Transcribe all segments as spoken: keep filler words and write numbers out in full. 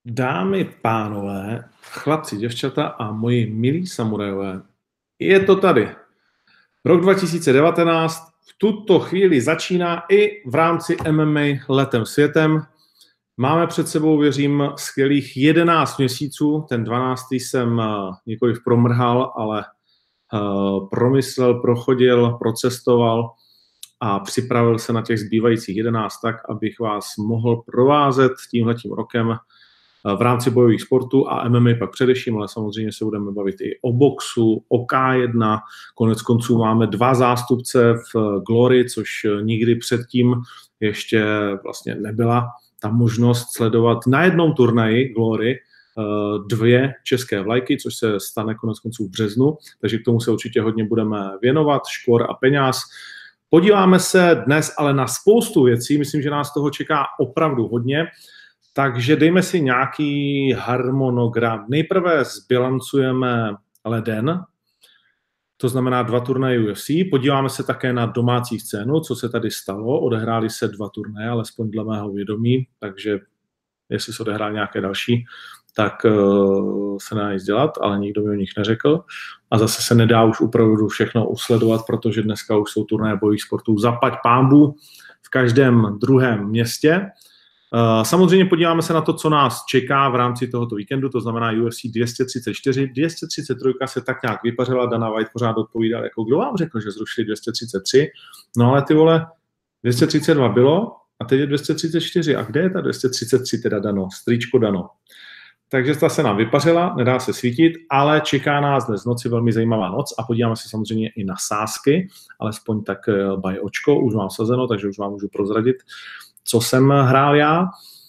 Dámy, pánové, chlapci, děvčata a moji milí samurajové, je to tady. Rok dva tisíce devatenáct v tuto chvíli začíná i v rámci M M A letem světem. Máme před sebou, věřím, skvělých jedenáct měsíců. Ten dvanáctý jsem nikoliv promrhal, ale promyslel, prochodil, procestoval a připravil se na těch zbývajících jedenáct tak, abych vás mohl provázet tímhletím rokem v rámci bojových sportů a M M A pak především, ale samozřejmě se budeme bavit i o boxu, o K jedna. Konec konců máme dva zástupce v Glory, což nikdy předtím ještě vlastně nebyla ta možnost sledovat na jednom turnaji Glory dvě české vlajky, což se stane konec konců v březnu, takže k tomu se určitě hodně budeme věnovat, škvor a peněz. Podíváme se dnes ale na spoustu věcí, myslím, že nás toho čeká opravdu hodně. Takže dejme si nějaký harmonogram. Nejprve zbilancujeme leden, to znamená dva turnaje U F C. Podíváme se také na domácí scénu, co se tady stalo. Odehrály se dva turnaje, alespoň dle mého vědomí, takže jestli se odehrály nějaké další, tak uh, se nedá nic dělat, ale nikdo mi o nich neřekl. A zase se nedá už opravdu všechno usledovat, protože dneska už jsou turnaje bojových sportů zaplať pánbů v každém druhém městě. Uh, samozřejmě podíváme se na to, co nás čeká v rámci tohoto víkendu, to znamená U F C dvě stě třicet čtyři. dvě stě třicet tři se tak nějak vypařila, Dana White pořád odpovídal, jako kdo vám řekl, že zrušili dvě stě třicet tři. No ale ty vole, dvě stě třicet dva bylo a teď je dvě stě třicet čtyři. A kde je ta dvě stě třicet tři teda, Dano? Strýčko Dano. Takže ta se nám vypařila, nedá se svítit, ale čeká nás dnes noci velmi zajímavá noc a podíváme se samozřejmě i na sázky, alespoň tak by očko, už mám sazeno, takže už vám můžu prozradit, co jsem hrál já.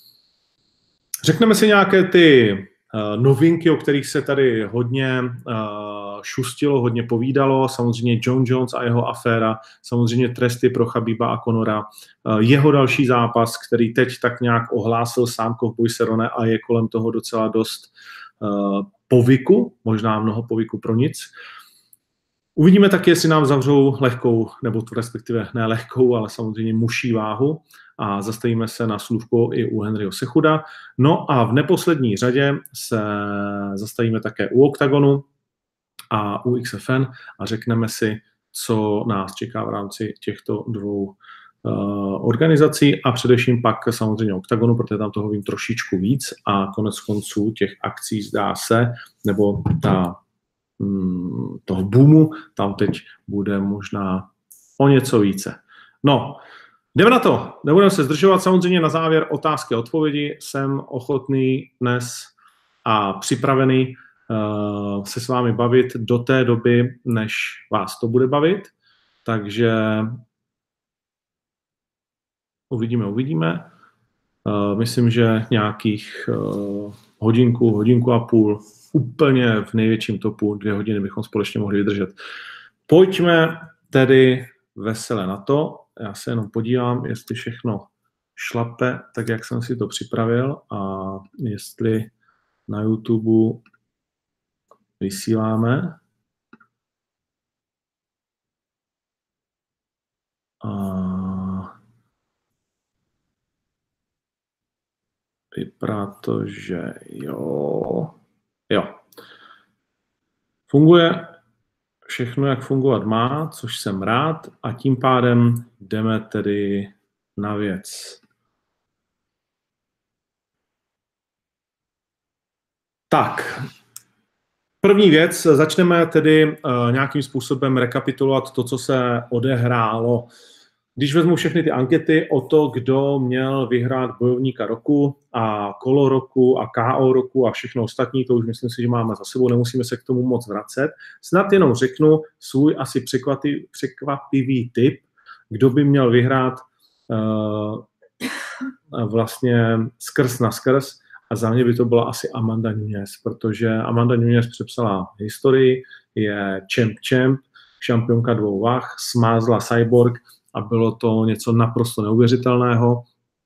Řekneme si nějaké ty uh, novinky, o kterých se tady hodně uh, šustilo, hodně povídalo. Samozřejmě Jon Jones a jeho aféra, samozřejmě tresty pro Khabíba a Conora, uh, jeho další zápas, který teď tak nějak ohlásil sám Kovboj Cerrone a je kolem toho docela dost uh, povyku, možná mnoho povyku pro nic. Uvidíme taky, jestli nám zavřou lehkou, nebo to respektive ne lehkou, ale samozřejmě muší váhu a zastavíme se na slůvko i u Henryho Cechuda. No a v neposlední řadě se zastavíme také u Octagonu a u X F N a řekneme si, co nás čeká v rámci těchto dvou uh, organizací a především pak samozřejmě Octagonu, protože tam toho vím trošičku víc a konec konců těch akcí zdá se, nebo ta toho boomu, tam teď bude možná o něco více. No, jdeme na to. Nebudeme se zdržovat. Samozřejmě na závěr otázky a odpovědi. Jsem ochotný dnes a připravený uh, se s vámi bavit do té doby, než vás to bude bavit. Takže uvidíme, uvidíme. Uh, myslím, že nějakých uh, hodinku, hodinku a půl úplně v největším topu, dvě hodiny bychom společně mohli vydržet. Pojďme tedy vesele na to. Já se jenom podívám, jestli všechno šlape, tak jak jsem si to připravil a jestli na YouTube vysíláme. A vypadá to, že jo. Jo. Funguje všechno, jak fungovat má, což jsem rád a tím pádem jdeme tedy na věc. Tak, první věc, začneme tedy uh, nějakým způsobem rekapitulovat to, co se odehrálo. Když vezmu všechny ty ankety o to, kdo měl vyhrát bojovníka roku a kolo roku a K O roku a všechno ostatní, to už myslím si, že máme za sebou, nemusíme se k tomu moc vracet. Snad jenom řeknu svůj asi překvapivý, překvapivý tip, kdo by měl vyhrát uh, vlastně skrz na skrz a za mě by to byla asi Amanda Nunes, protože Amanda Nunes přepsala historii, je champ champ, šampionka dvou vah, smázla Cyborg, a bylo to něco naprosto neuvěřitelného.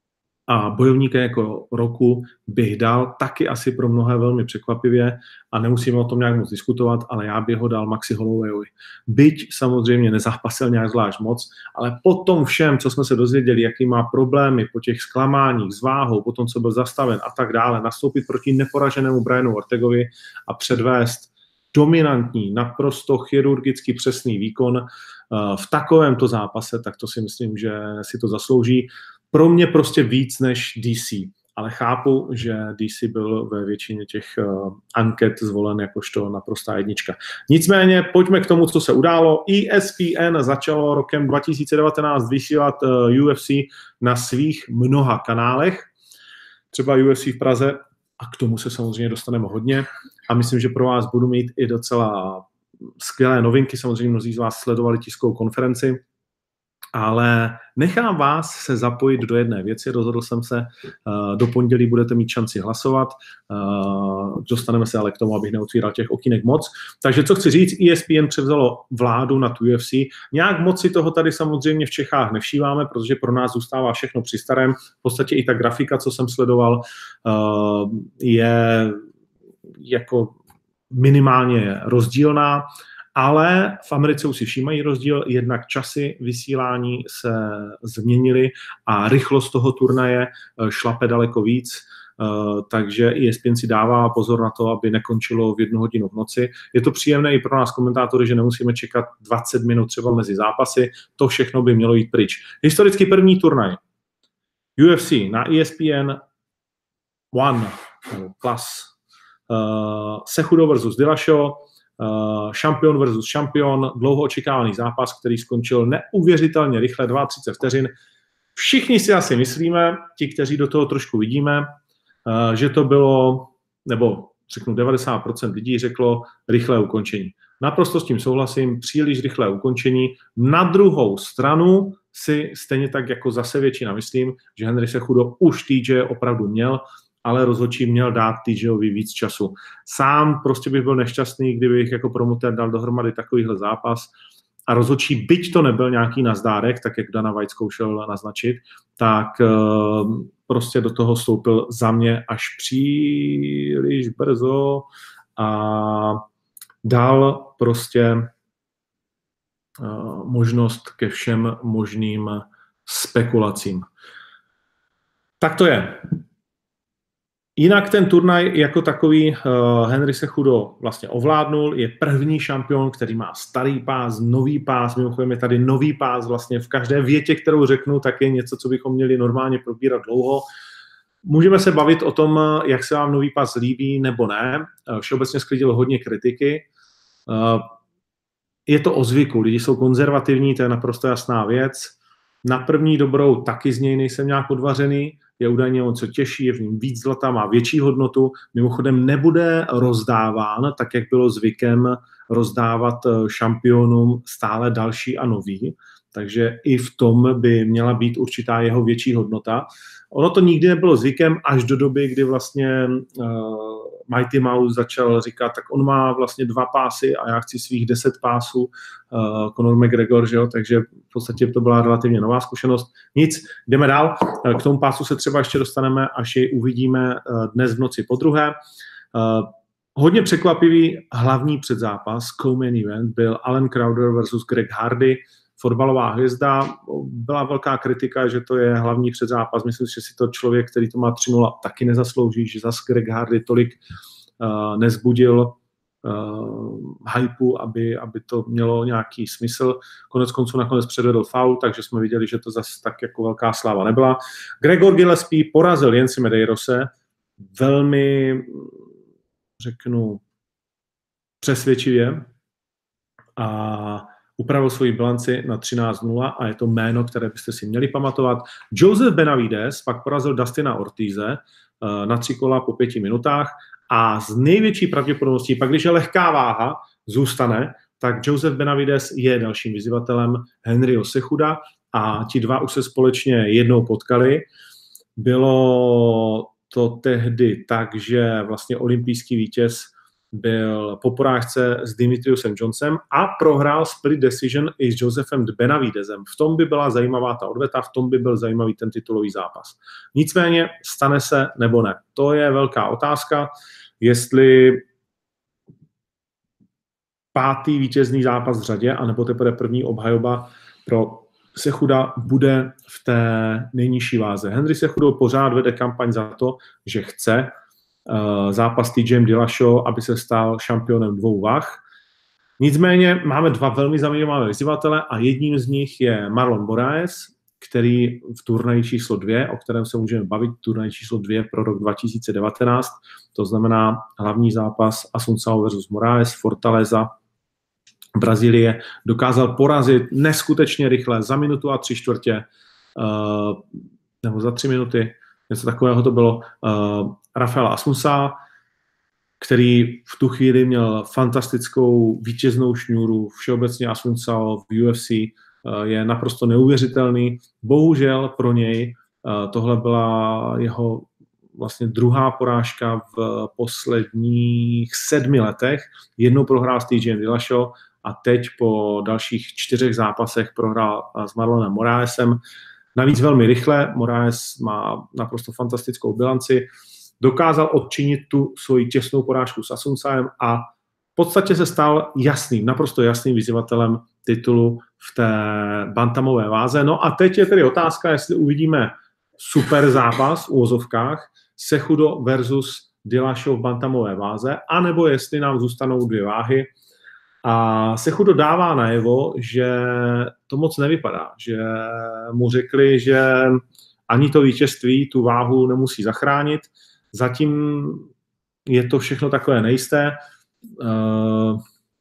A bojovníka jako roku bych dal taky asi pro mnohé velmi překvapivě a nemusíme o tom nějak moc diskutovat, ale já bych ho dal Maxi Holloway. Byť samozřejmě nezápasil nějak zvlášť moc, ale po tom všem, co jsme se dozvěděli, jaký má problémy po těch zklamáních s váhou, po tom, co byl zastaven a tak dále, nastoupit proti neporaženému Brianu Ortegovi a předvést dominantní, naprosto chirurgicky přesný výkon v takovémto zápase, tak to si myslím, že si to zaslouží. Pro mě prostě víc než D C, ale chápu, že D C byl ve většině těch uh, anket zvolen jakožto naprostá jednička. Nicméně pojďme k tomu, co se událo. E S P N začalo rokem dva tisíce devatenáct vysílat uh, U F C na svých mnoha kanálech, třeba U F C v Praze, a k tomu se samozřejmě dostaneme hodně. A myslím, že pro vás budu mít i docela skvělé novinky. Samozřejmě mnozí z vás sledovali tiskovou konferenci, ale nechám vás se zapojit do jedné věci. Rozhodl jsem se, do pondělí budete mít šanci hlasovat. Dostaneme se ale k tomu, abych neotvíral těch okýnek moc. Takže co chci říct, E S P N převzalo vládu nad U F C. Nějak moc si toho tady samozřejmě v Čechách nevšíváme, protože pro nás zůstává všechno při starém. V podstatě i ta grafika, co jsem sledoval, je jako minimálně rozdílná. Ale v Americe už si všímají rozdíl, jednak časy vysílání se změnily a rychlost toho turnaje šlape daleko víc, takže E S P N si dává pozor na to, aby nekončilo v jednu hodinu v noci. Je to příjemné i pro nás komentátory, že nemusíme čekat dvacet minut třeba mezi zápasy, to všechno by mělo jít pryč. Historicky první turnaj U F C na E S P N One Plus, uh, Cejudo versus Dillashaw, Uh, šampion versus šampion, dlouho očekávaný zápas, který skončil neuvěřitelně rychle, třicet dva vteřin. Všichni si asi myslíme, ti, kteří do toho trošku vidíme, uh, že to bylo, nebo řeknu devadesát procent lidí řeklo rychlé ukončení. Naprosto s tím souhlasím, příliš rychlé ukončení. Na druhou stranu si stejně tak jako zase většina myslím, že Henry Cejudo už T J opravdu měl, ale rozhodčí měl dát TJovi víc času. Sám prostě bych byl nešťastný, kdybych jako promotér dal dohromady takovýhle zápas a rozhodčí, byť to nebyl nějaký nazdárek, tak jak Dana White zkoušel naznačit, tak uh, prostě do toho vstoupil za mě až příliš brzo a dal prostě uh, možnost ke všem možným spekulacím. Tak to je. Jinak ten turnaj jako takový uh, Henry Cejudo vlastně ovládnul, je první šampion, který má starý pás, nový pás, mimochodem je tady nový pás, vlastně v každé větě, kterou řeknu, tak je něco, co bychom měli normálně probírat dlouho. Můžeme se bavit o tom, jak se vám nový pás líbí nebo ne. Všeobecně sklidil hodně kritiky. Uh, je to o zvyku, lidi jsou konzervativní, to je naprosto jasná věc. Na první dobrou taky z něj nejsem nějak odvařený, je údajně o co těžší, je v něm víc zlata, má větší hodnotu, mimochodem nebude rozdáván, tak jak bylo zvykem rozdávat šampionům stále další a nový, takže i v tom by měla být určitá jeho větší hodnota. Ono to nikdy nebylo zvykem až do doby, kdy vlastně uh, Mighty Mouse začal říkat, tak on má vlastně dva pásy a já chci svých deset pásů, uh, Conor McGregor, že jo? Takže v podstatě to byla relativně nová zkušenost. Nic, jdeme dál, k tomu pásu se třeba ještě dostaneme, až jej uvidíme uh, dnes v noci po druhé. Uh, hodně překvapivý hlavní předzápas, co-main event, byl Alan Crowder versus Greg Hardy, fotbalová hvězda. Byla velká kritika, že to je hlavní předzápas. Myslím, že si to člověk, který to má tři nula, taky nezaslouží, že zase Greg Hardy tolik uh, nezbudil uh, hypeu, aby, aby to mělo nějaký smysl. Konec konců nakonec předvedl faul, takže jsme viděli, že to zase tak jako velká sláva nebyla. Gregor Gillespie porazil Jensi Medeirose velmi, řeknu, přesvědčivě a upravil svoji bilanci na třináct nula a je to jméno, které byste si měli pamatovat. Joseph Benavidez pak porazil Dustina Ortize na tři kola po pěti minutách a z největší pravděpodobností, pak když je lehká váha, zůstane, tak Joseph Benavidez je dalším vyzývatelem Henryho Cejuda a ti dva už se společně jednou potkali. Bylo to tehdy tak, že vlastně olympijský vítěz byl po porážce s Dimitriusem Johnsonem a prohrál split decision i s Josephem Benavidezem. V tom by byla zajímavá ta odveta, v tom by byl zajímavý ten titulový zápas. Nicméně stane se nebo ne. To je velká otázka, jestli pátý vítězný zápas v řadě, anebo teprve první obhajoba pro Cejuda bude v té nejnižší váze. Henry Cejudo pořád vede kampaň za to, že chce uh, zápas s T J Dillashaw, aby se stal šampionem dvou vah. Nicméně máme dva velmi zajímavé vyzývatele a jedním z nich je Marlon Moraes, který v turnaji číslo dvě, o kterém se můžeme bavit, turnaj číslo dvě pro rok dva tisíce devatenáct, to znamená hlavní zápas Assunção versus Moraes, Fortaleza, Brazílie, dokázal porazit neskutečně rychle za minutu a tři čtvrtě, uh, nebo za tři minuty, něco takového to bylo, uh, Rafaela Assunção, který v tu chvíli měl fantastickou vítěznou šňůru, všeobecně Assunção v U F C uh, je naprosto neuvěřitelný. Bohužel pro něj uh, tohle byla jeho vlastně druhá porážka v posledních sedmi letech. Jednou prohrál s T J Dillashaw a teď po dalších čtyřech zápasech prohrál s Marlonem Moraesem. Navíc velmi rychle, Moraes má naprosto fantastickou bilanci, dokázal odčinit tu svoji těsnou porážku s Assunçãem a v podstatě se stal jasným, naprosto jasným vyzývatelem titulu v té bantamové váze. No a teď je tedy otázka, jestli uvidíme super zápas v uvozovkách Cejudo versus Dillashaw v bantamové váze, anebo jestli nám zůstanou dvě váhy. A Cejudo dává najevo, že to moc nevypadá, že mu řekli, že ani to vítězství tu váhu nemusí zachránit. Zatím je to všechno takové nejisté. Uh,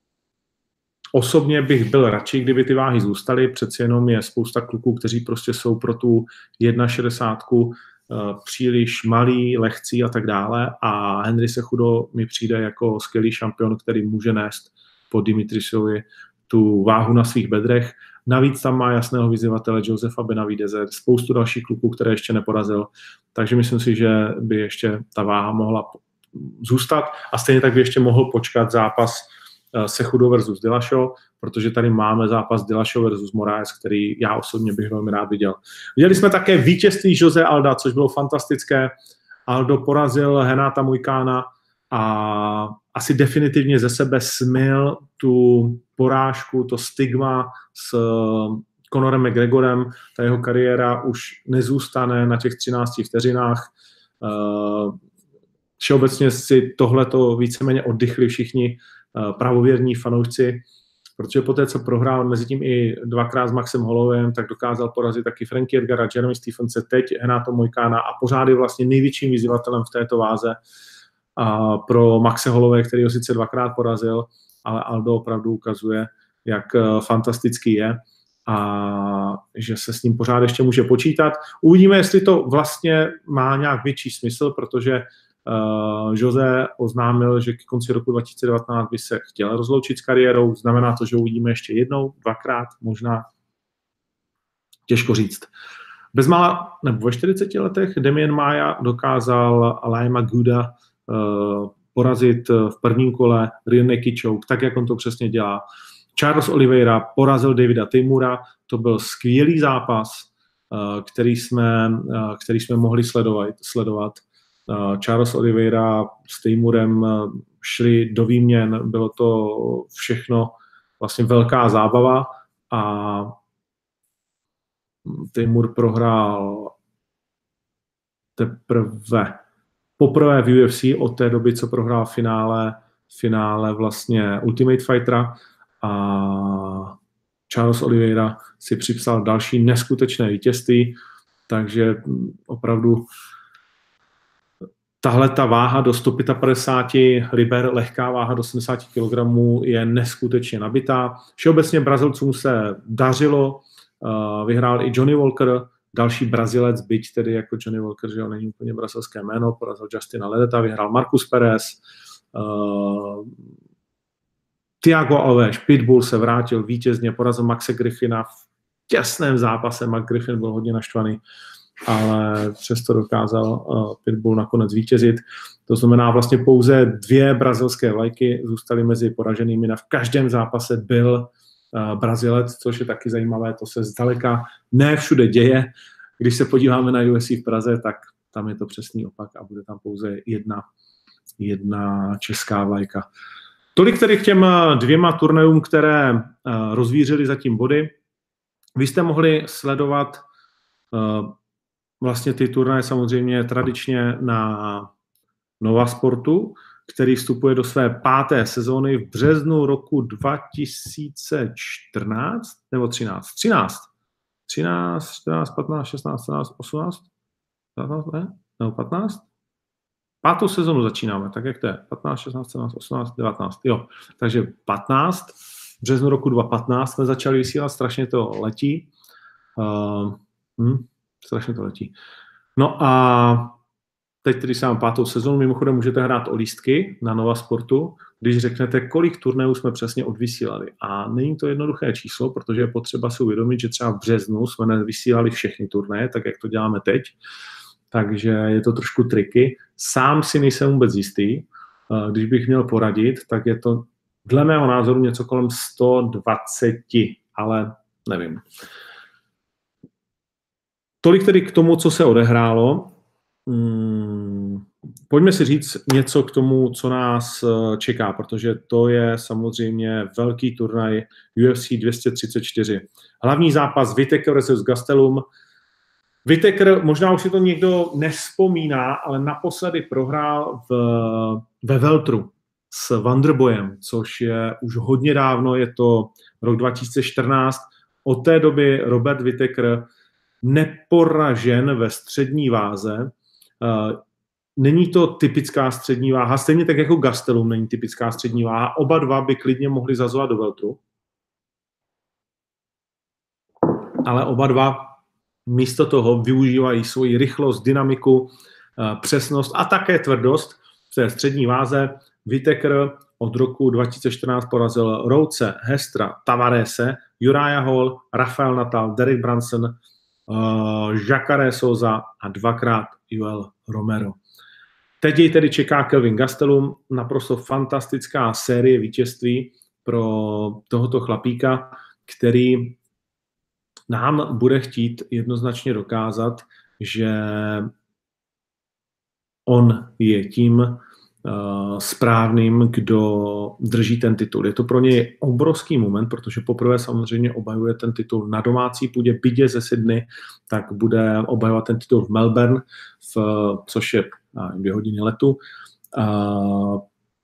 osobně bych byl radši, kdyby ty váhy zůstaly, přeci jenom je spousta kluků, kteří prostě jsou pro tu šedesát jedna uh, příliš malý, lehcí a tak dále a Henry Cejudo mi přijde jako skvělý šampion, který může nést po Dimitrisovi tu váhu na svých bedrech. Navíc tam má jasného vyzývatele Josefa Benavideze, spoustu dalších kluků, které ještě neporazil, takže myslím si, že by ještě ta váha mohla zůstat a stejně tak by ještě mohl počkat zápas Cejudo versus Dillashaw, protože tady máme zápas Dillashaw versus Moraes, který já osobně bych velmi rád viděl. Viděli jsme také vítězství Jose Alda, což bylo fantastické. Aldo porazil Henata Mujkána a asi definitivně ze sebe smyl tu porážku, to stigma s Conorem McGregorem. Ta jeho kariéra už nezůstane na těch třinácti vteřinách. Všeobecně si tohleto víceméně oddychli všichni pravověrní fanoušci, protože poté, co prohrál mezi tím i dvakrát s Maxem Hollowayem, tak dokázal porazit taky Frankie Edgara, Jeremy Stephense, teď Henata Mujkána a pořád je vlastně největším vyzývatelem v této váze. A pro Maxe Holloway, který ho sice dvakrát porazil, ale Aldo opravdu ukazuje, jak fantastický je a že se s ním pořád ještě může počítat. Uvidíme, jestli to vlastně má nějak větší smysl, protože uh, Jose oznámil, že k konci roku dva tisíce devatenáct by se chtěl rozloučit s kariérou. Znamená to, že uvidíme ještě jednou, dvakrát, možná těžko říct. Bezmála, nebo ve čtyřiceti letech Demian Maia dokázal Laima Guda Uh, porazit v prvním kole rear naked choke, tak jak on to přesně dělá. Charles Oliveira porazil Davida Taymura, to byl skvělý zápas, uh, který, jsme, uh, který jsme mohli sledovat. sledovat. Uh, Charles Oliveira s Taymurem uh, šli do výměn, bylo to všechno vlastně velká zábava a Taymur prohrál teprve poprvé v U F C od té doby, co prohrál finále, finále vlastně Ultimate Fightera a Charles Oliveira si připsal další neskutečné vítězství, takže opravdu tahle ta váha do sto padesát pět liber, lehká váha do sedmdesát kilogramů je neskutečně nabitá. Všeobecně Brazilcům se dařilo, vyhrál i Johnny Walker, další Brazilec, byť tedy jako Johnny Walker, že on není úplně brazilské jméno, porazil Justina Ledeta, vyhrál Marcus Perez, uh, Thiago Alves, Pitbull se vrátil vítězně, porazil Maxe Griffina v těsném zápase, Mark Griffin byl hodně naštvaný. ale přesto dokázal Pitbull nakonec vítězit. To znamená vlastně pouze dvě brazilské vlajky zůstaly mezi poraženými. V každém zápase byl Brazilec, což je taky zajímavé, to se zdaleka ne všude děje. Když se podíváme na U F C v Praze, tak tam je to přesný opak a bude tam pouze jedna, jedna česká vlajka. Tolik tedy k těm dvěma turnajům, které rozvířily zatím body. Vy jste mohli sledovat vlastně ty turnaje samozřejmě tradičně na Nova Sportu, který vstupuje do své páté sezóny v březnu roku dva tisíce čtrnáct nebo třináct. třináct. třináct, čtrnáct, patnáct, šestnáct, sedmnáct, osmnáct? patnáct, ne? Nebo patnáct? Pátou sezonu začínáme, tak jak to je? patnáct, šestnáct, sedmnáct, osmnáct, devatenáct. Jo, takže patnáct. V březnu roku dva tisíce patnáct jsme začali vysílat, strašně to letí. Uh, hm, strašně to letí. No a teď tedy sám pátou sezonu, mimochodem můžete hrát o lístky na Nova Sportu, když řeknete, kolik turnajů jsme přesně odvysílali. A není to jednoduché číslo, protože je potřeba si uvědomit, že třeba v březnu jsme nevysílali všechny turnaje, tak jak to děláme teď. Takže je to trošku triky. Sám si nejsem vůbec jistý. Když bych měl poradit, tak je to dle mého názoru něco kolem sto dvacet, ale nevím. Tolik tedy k tomu, co se odehrálo. Hmm, pojďme si říct něco k tomu, co nás čeká, protože to je samozřejmě velký turnaj U F C dvě stě třicet čtyři. Hlavní zápas Whittaker versus Gastelum. Whittaker, možná už si to někdo nevzpomíná, ale naposledy prohrál v, ve Veltru s Wonderboyem, což je už hodně dávno, je to rok dva tisíce čtrnáct. Od té doby Robert Whittaker neporažen ve střední váze. Není to typická střední váha, stejně tak jako Gastelum není typická střední váha. Oba dva by klidně mohli zazvat do Veltru. Ale oba dva místo toho využívají svoji rychlost, dynamiku, přesnost a také tvrdost v té střední váze. Whittaker od roku dva tisíce čtrnáct porazil Rhodese, Hestra, Tavarese, Uriah Hall, Rafael Natal, Derek Brunson, uh, Jacare Souza a dvakrát Yoel Romero. Teď jej tedy čeká Kelvin Gastelum, naprosto fantastická série vítězství pro tohoto chlapíka, který nám bude chtít jednoznačně dokázat, že on je tím uh, správným, kdo drží ten titul. Je to pro něj obrovský moment, protože poprvé samozřejmě obhajuje ten titul na domácí půdě, byť ze Sydney, tak bude obhajovat ten titul v Melbourne, v, což je uh, dvě hodiny letu. Uh,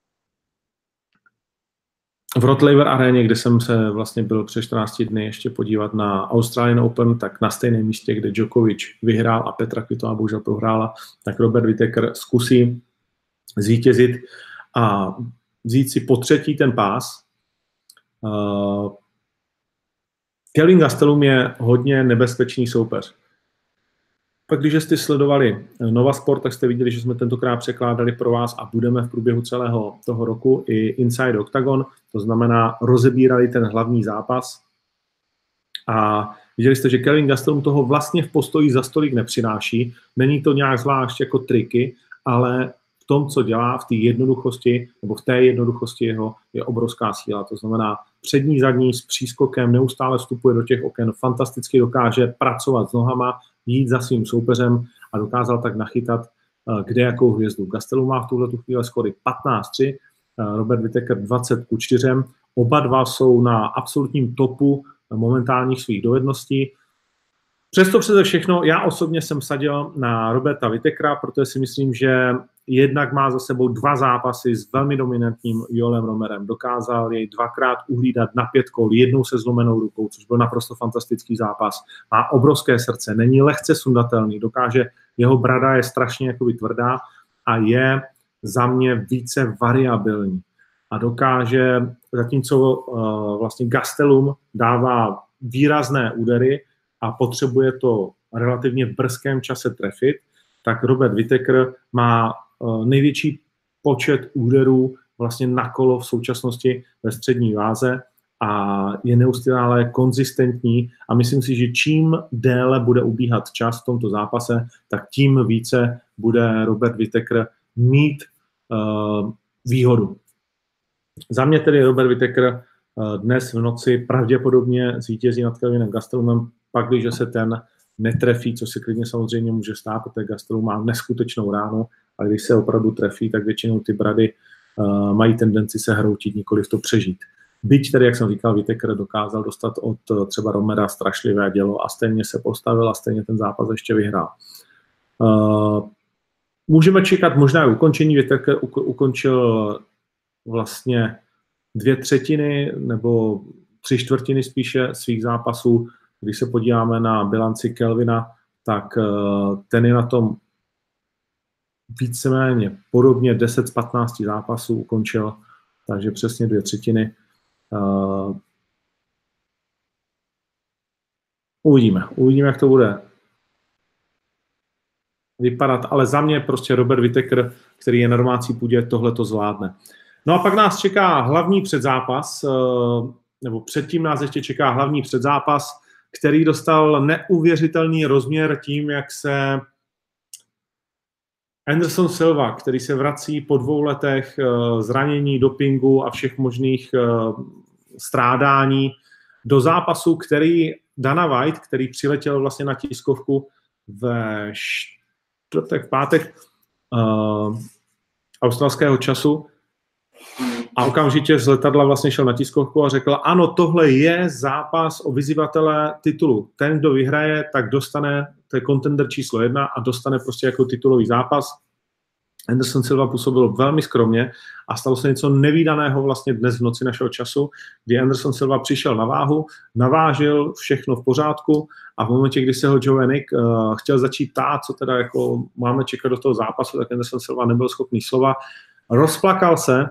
v Rottleiver aréně, kde jsem se vlastně byl před čtrnácti dny ještě podívat na Australian Open, tak na stejném místě, kde Djokovic vyhrál a Petra Kvitová bohužel prohrála, tak Robert Whittaker zkusí zvítězit a vzít si po třetí ten pás. Uh, Kelvin Gastelum je hodně nebezpečný soupeř. Pak, když jste sledovali Nova Sport, tak jste viděli, že jsme tentokrát překládali pro vás a budeme v průběhu celého toho roku i Inside Octagon, to znamená rozebírali ten hlavní zápas a viděli jste, že Kelvin Gastelum toho vlastně v postoji za stolik nepřináší, není to nějak zvlášť jako triky, ale v tom, co dělá, v té jednoduchosti, nebo v té jednoduchosti jeho je obrovská síla, to znamená přední, zadní s přískokem, neustále vstupuje do těch oken, fantasticky dokáže pracovat s nohama, jít za svým soupeřem a dokázal tak nachytat kde jakou hvězdu. Gastelum má v tuhle chvíli skory patnáct tři, Robert Whittaker dvacet ku čtyřem. Oba dva jsou na absolutním topu momentálních svých dovedností. Přesto přeze všechno, já osobně jsem sadil na Roberta Whittakera, protože si myslím, že jednak má za sebou dva zápasy s velmi dominantním Yoelem Romerem. Dokázal jej dvakrát uhlídat na pět kol, jednou se zlomenou rukou, což byl naprosto fantastický zápas. Má obrovské srdce, není lehce sundatelný, dokáže, jeho brada je strašně jakoby tvrdá a je za mě více variabilní. A dokáže, zatímco uh, vlastně Gastelum dává výrazné údery a potřebuje to relativně v brzkém čase trefit, tak Robert Whittaker má uh, největší počet úderů vlastně na kolo v současnosti ve střední váze a je neustále konzistentní a myslím si, že čím déle bude ubíhat čas v tomto zápase, tak tím více bude Robert Whittaker mít uh, výhodu. Za mě tedy Robert Whittaker uh, dnes v noci pravděpodobně zvítězí nad Kelvinem Gastelumem, pak když se ten netrefí, co se klidně samozřejmě může stát, protože Gastelum má neskutečnou ránu, a když se opravdu trefí, tak většinou ty brady uh, mají tendenci se hroutit, nikoliv to přežít. Byť tedy, jak jsem říkal, Whittaker dokázal dostat od uh, třeba Romera strašlivé dělo a stejně se postavil a stejně ten zápas ještě vyhrál. Uh, můžeme čekat možná ukončení. Whittaker u- ukončil vlastně dvě třetiny nebo tři čtvrtiny spíše svých zápasů. Když se podíváme na bilanci Kelvina, tak uh, ten je na tom víceméně podobně deset z patnácti zápasů ukončil, takže přesně dvě třetiny. Uh, uvidíme, uvidíme, jak to bude vypadat, ale za mě prostě Robert Whittaker, který je na domácí půdě, tohle to zvládne. No a pak nás čeká hlavní předzápas, uh, nebo předtím nás ještě čeká hlavní předzápas, který dostal neuvěřitelný rozměr tím, jak se Anderson Silva, který se vrací po dvou letech zranění, dopingu a všech možných strádání do zápasu, který Dana White, který přiletěl vlastně na tiskovku ve čtvrtek, pátek uh, australského času a okamžitě z letadla vlastně šel na tiskovku a řekl, ano, tohle je zápas o vyzývatele titulu. Ten, kdo vyhraje, tak dostane, to je contender číslo jedna a dostane prostě jako titulový zápas. Anderson Silva působil velmi skromně a stalo se něco nevídaného vlastně dnes v noci našeho času, kdy Anderson Silva přišel na váhu, navážil všechno v pořádku a v momentě, kdy se ho Joe Enick uh, chtěl začít ptát, co teda jako máme čekat do toho zápasu, tak Anderson Silva nebyl schopný slova. Rozplakal se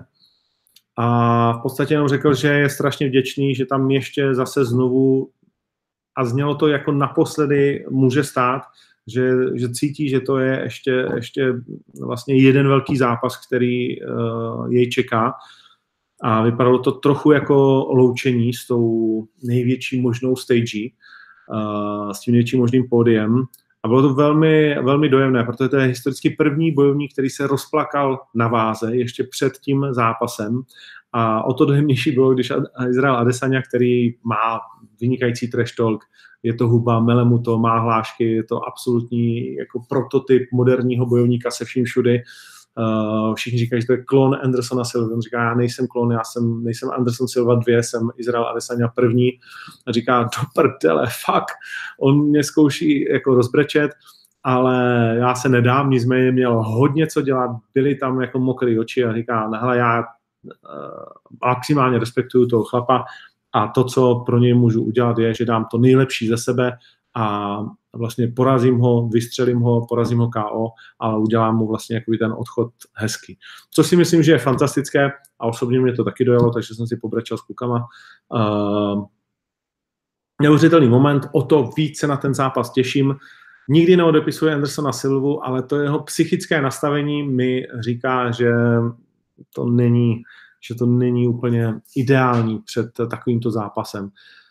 a v podstatě jenom řekl, že je strašně vděčný, že tam ještě zase znovu, a znělo to jako naposledy, může stát, že, že cítí, že to je ještě, ještě vlastně jeden velký zápas, který uh, jej čeká. A vypadalo to trochu jako loučení s tou největší možnou stagí, uh, s tím největším možným pódiem. A bylo to velmi, velmi dojemné, protože to je historicky první bojovník, který se rozplakal na váze ještě před tím zápasem. A o to dojemnější bylo, když Israel Adesanya, který má vynikající trash talk, je to huba, mele mu to, má hlášky, je to absolutní jako prototyp moderního bojovníka se vším všudy. Uh, všichni říkají, že to je klon Andersona Silva. On říká, já nejsem klon, já jsem, nejsem Anderson Silva dvě, jsem Israel Adesanya první. A říká, do prdele, fuck. On mě zkouší jako rozbrečet, ale já se nedám, nicméně měl hodně co dělat, byly tam jako mokrý oči a říká, hele, já uh, maximálně respektuju toho chlapa a to, co pro něj můžu udělat, je, že dám to nejlepší ze sebe a vlastně porazím ho, vystřelím ho, porazím ho K O, ale udělám mu vlastně jako ten odchod hezky. Co si myslím, že je fantastické a osobně mě to taky dojalo, takže jsem si pobrečel s klukama. Uh, neuvěřitelný moment, o to víc se na ten zápas těším. Nikdy neodepisuje Andersona Silvu, ale to jeho psychické nastavení mi říká, že to není, že to není úplně ideální před takovýmto zápasem.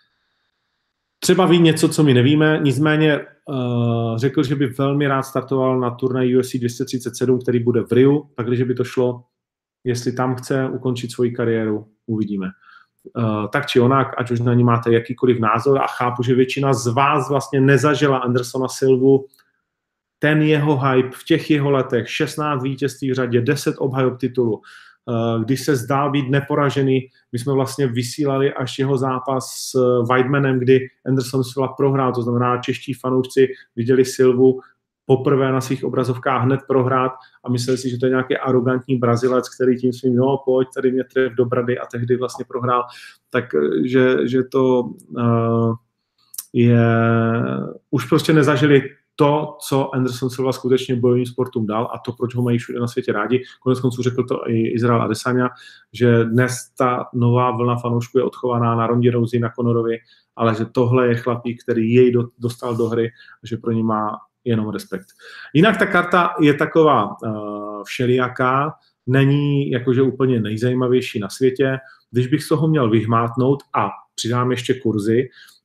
Třeba ví něco, co my nevíme, nicméně uh, řekl, že by velmi rád startoval na turnaj U F C dvě stě třicet sedm, který bude v Riu, tak když by to šlo, jestli tam chce ukončit svoji kariéru, uvidíme. Uh, tak či onak, ať už na ní máte jakýkoliv názor a chápu, že většina z vás vlastně nezažila Andersona Silvu, ten jeho hype v těch jeho letech, šestnáct vítězství v řadě, deset obhajob titulu, když se zdál být neporažený. My jsme vlastně vysílali až jeho zápas s Weidmanem, kdy Anderson Silva prohrál, to znamená, čeští fanoušci viděli Silvu poprvé na svých obrazovkách hned prohrát a mysleli si, že to je nějaký arrogantní Brazilec, který tím svým, no pojď, tady mě tref do brady a tehdy vlastně prohrál. Takže že to uh, je... Už prostě nezažili to, co Anderson Silva skutečně bojovým sportům dal a to, proč ho mají všude na světě rádi. Konec konců řekl to i Israel Adesanya, že dnes ta nová vlna fanoušků je odchovaná na Rondě Rousey, na Conorovi, ale že tohle je chlapík, který jej do, dostal do hry a že pro ně má jenom respekt. Jinak ta karta je taková uh, všelijaká, není jakože úplně nejzajímavější na světě. když bych z toho měl vyhmátnout a přidám ještě kurzy,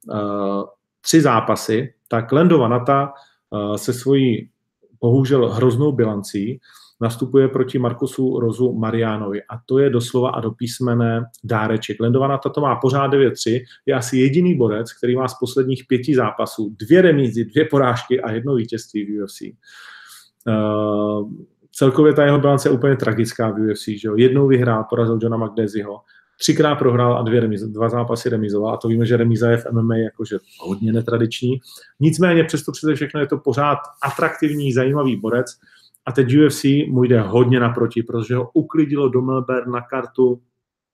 tři zápasy, tak Lando Vannata se svojí bohužel hroznou bilancí nastupuje proti Marcusu Rosu Marianovi. A to je doslova a do písmene dáreček. Lando Vannata to má pořád devět tři, je asi jediný borec, který má z posledních pěti zápasů dvě remízy, dvě porážky a jedno vítězství v U F C. Uh, celkově ta jeho bilance je úplně tragická v U F C. Že jo? Jednou vyhrál, porazil Johna Makdessyho, třikrát prohrál a dvě remíze, dva zápasy remizoval. A to víme, že remíza je v M M A jakože hodně netradiční. Nicméně přesto přece všechno je to pořád atraktivní, zajímavý borec. A teď U F C mu jde hodně naproti, protože ho uklidilo do Melbourne na kartu, uh,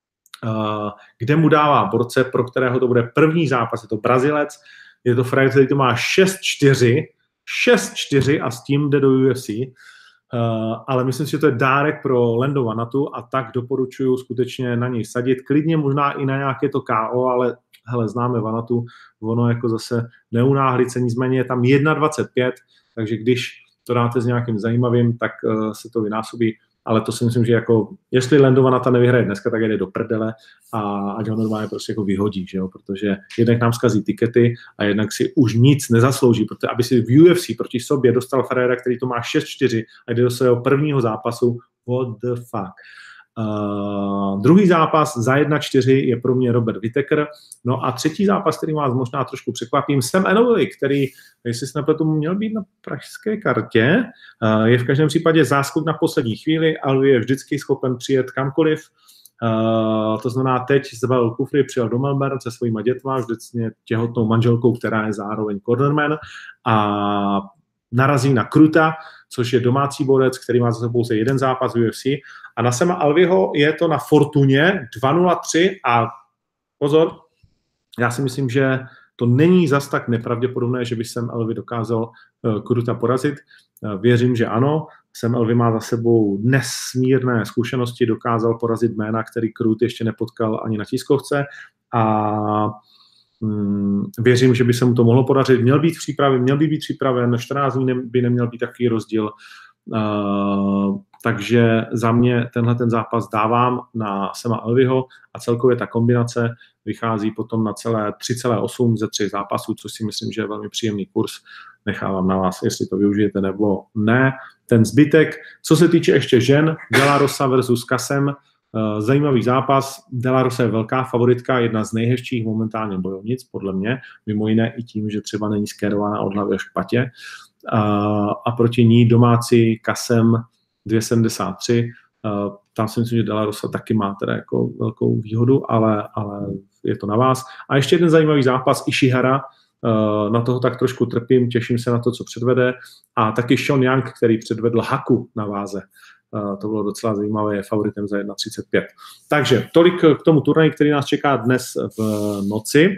kde mu dává borce, pro kterého to bude první zápas. Je to Brazilec, je to frajer, který to má šest čtyři, šest čtyři a s tím jde do U F C. Uh, ale myslím si, že to je dárek pro Lando Vannatu a tak doporučuji skutečně na něj sadit. Klidně možná i na nějaké to K O, ale hele, známe Vannatu, ono jako zase neunáhlit se, nicméně je tam jedna dvacet pět, takže když to dáte s nějakým zajímavým, tak uh, se to vynásobí, ale to si myslím, že jako, jestli Lando Vannata nevyhraje dneska, tak jde do prdele a ať ho normálně prostě jako vyhodí, že jo? Protože jednak nám zkazí tikety a jednak si už nic nezaslouží, protože aby si v U F C proti sobě dostal Ferreira, který to má šest čtyři a jde do svého prvního zápasu, what the fuck. Uh, druhý zápas za jedna čtyři je pro mě Robert Whittaker. No a třetí zápas, který vás možná trošku překvapím, Sam Alvey, který, jestli se nepletu, měl být na pražské kartě, uh, je v každém případě záskok na poslední chvíli. Alvey je vždycky schopen přijet kamkoliv. Uh, to znamená, teď zbalil kufry, přijel do Melbourne se svýma dětma, vždycky těhotnou manželkou, která je zároveň cornerman, a narazí na Kruta, což je domácí borec, který má za sebou pouze jeden zápas v U F C. A na Sama Alveyho je to na Fortuně dva nula tři a pozor, já si myslím, že to není zas tak nepravděpodobné, že by Sam Alvey dokázal uh, Kruta porazit. Uh, věřím, že ano. Sam Alvey má za sebou nesmírné zkušenosti, dokázal porazit jména, který Krut ještě nepotkal ani na tiskovce a Hmm, věřím, že by se mu to mohlo podařit. Měl být v přípravě, měl by být připraven, čtrnáct dní by neměl být takový rozdíl. Uh, takže za mě tenhle ten zápas dávám na Sama Alveyho a celkově ta kombinace vychází potom na celé tři celá osm ze třech zápasů, což si myslím, že je velmi příjemný kurz. Nechávám na vás, jestli to využijete nebo ne. Ten zbytek, co se týče ještě žen, De La Rosa versus Kasem, zajímavý zápas. De La Rosa je velká favoritka, jedna z nejhezčích momentálně bojovnic, podle mě, mimo jiné i tím, že třeba není skérovaná od hlavy až k patě. A, a proti ní domácí Kasem dvě sedmdesát tři. A tam si myslím, že De La Rosa taky má teda jako velkou výhodu, ale, ale je to na vás. A ještě jeden zajímavý zápas, Ishihara, na toho tak trošku trpím, těším se na to, co předvede. A taky Sean Young, který předvedl Haku na váze. Uh, to bylo docela zajímavé, je favoritem za jedna třicet pět. Takže tolik k tomu turnaji, který nás čeká dnes v noci.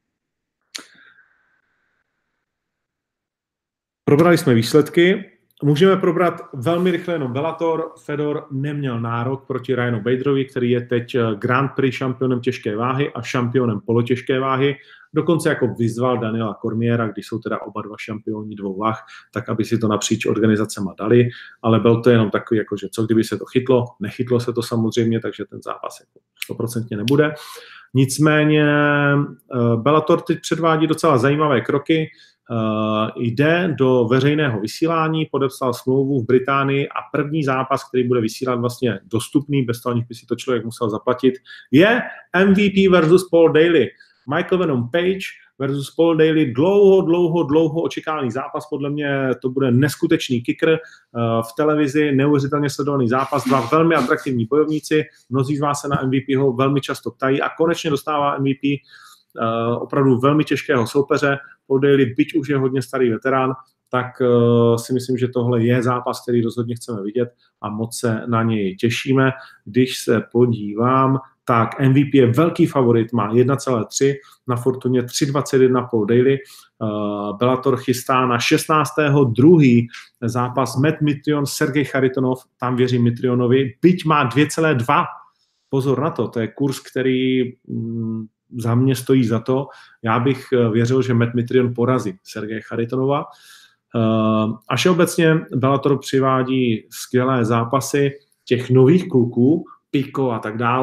Probrali jsme výsledky. Můžeme probrat velmi rychle jenom Bellator. Fedor neměl nárok proti Ryanu Baderovi, který je teď Grand Prix šampionem těžké váhy a šampionem polotěžké váhy. Dokonce jako vyzval Daniela Cormiera, když jsou teda oba dva šampioni dvou váh, tak aby si to napříč organizacema dali, ale byl to jenom takový, jako, že co kdyby se to chytlo, nechytlo se to samozřejmě, takže ten zápas jako stoprocentně nebude. Nicméně Bellator teď předvádí docela zajímavé kroky. Uh, jde do veřejného vysílání, podepsal smlouvu v Británii a první zápas, který bude vysílat vlastně dostupný, bez toho, aniž by si to člověk musel zaplatit, je M V P versus Paul Daly. Michael Venom Page versus Paul Daly, dlouho, dlouho, dlouho očekávaný zápas, podle mě to bude neskutečný kicker uh, v televizi, neuvěřitelně sledovaný zápas, dva velmi atraktivní bojovníci, mnozí z vás se na M V P ho velmi často ptají a konečně dostává M V P uh, opravdu velmi těžkého soupeře. Paul Daly, byť už je hodně starý veterán, tak uh, si myslím, že tohle je zápas, který rozhodně chceme vidět a moc se na něj těšíme. Když se podívám, tak M V P je velký favorit, má jedna celá tři, na Fortuně tři dvacet jedna Paul Daly. Uh, Bellator chystá na šestnáctého druhý zápas Matt Mitrion, Sergej Charitonov, tam věřím Mitrionovi, byť má dvě celá dva. Pozor na to, to je kurz, který mm, za mě stojí za to. Já bych věřil, že Matt Mitrion porazí Sergeje Charitonova. Uh, a všeobecně Bellator přivádí skvělé zápasy těch nových kluků, Pico a tak dále,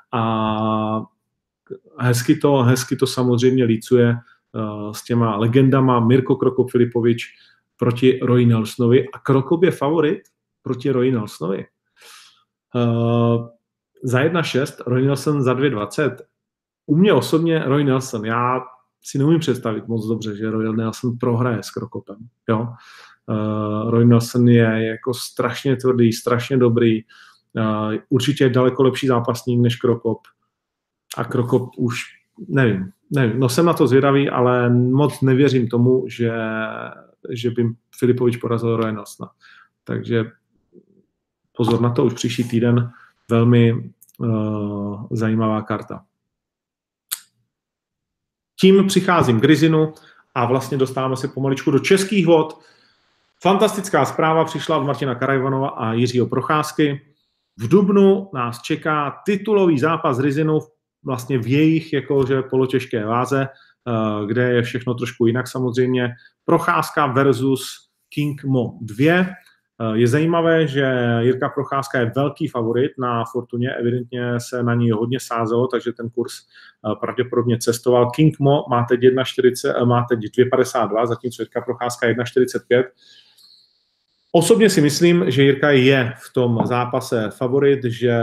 a hezky to, hezky to samozřejmě lícuje uh, s těma legendama. Mirko Krokop Filipovič proti Roy Nelsonovi a Krokop je favorit proti Roy Nelsonovi. Uh, za jedna šest, Roy Nelson za dvě dvacet. U mě osobně Roy Nelson, já si neumím představit moc dobře, že Roy Nelson prohraje s Krokopem. Jo? Uh, Roy Nelson je jako strašně tvrdý, strašně dobrý, uh, určitě je daleko lepší zápasník než Krokop. A Krokop už, nevím, nevím, no jsem na to zvědavý, ale moc nevěřím tomu, že, že by Filipovič porazil Roy Nelsona. Takže pozor na to, už příští týden velmi uh, zajímavá karta. Tím přicházím k Rizinu a vlastně dostáváme se pomaličku do českých vod. Fantastická zpráva přišla od Martina Karajvanova a Jiřího Procházky. V dubnu nás čeká titulový zápas Rizinu vlastně v jejich jakože polotěžké váze, kde je všechno trošku jinak samozřejmě. Procházka versus King Mo dva. Je zajímavé, že Jirka Procházka je velký favorit na Fortuně, evidentně se na ní hodně sázelo, takže ten kurz pravděpodobně cestoval. King Mo má teď, jedna čtyřicet, má teď dvě padesát dva, zatímco Jirka Procházka jedna čtyřicet pět. Osobně si myslím, že Jirka je v tom zápase favorit, že,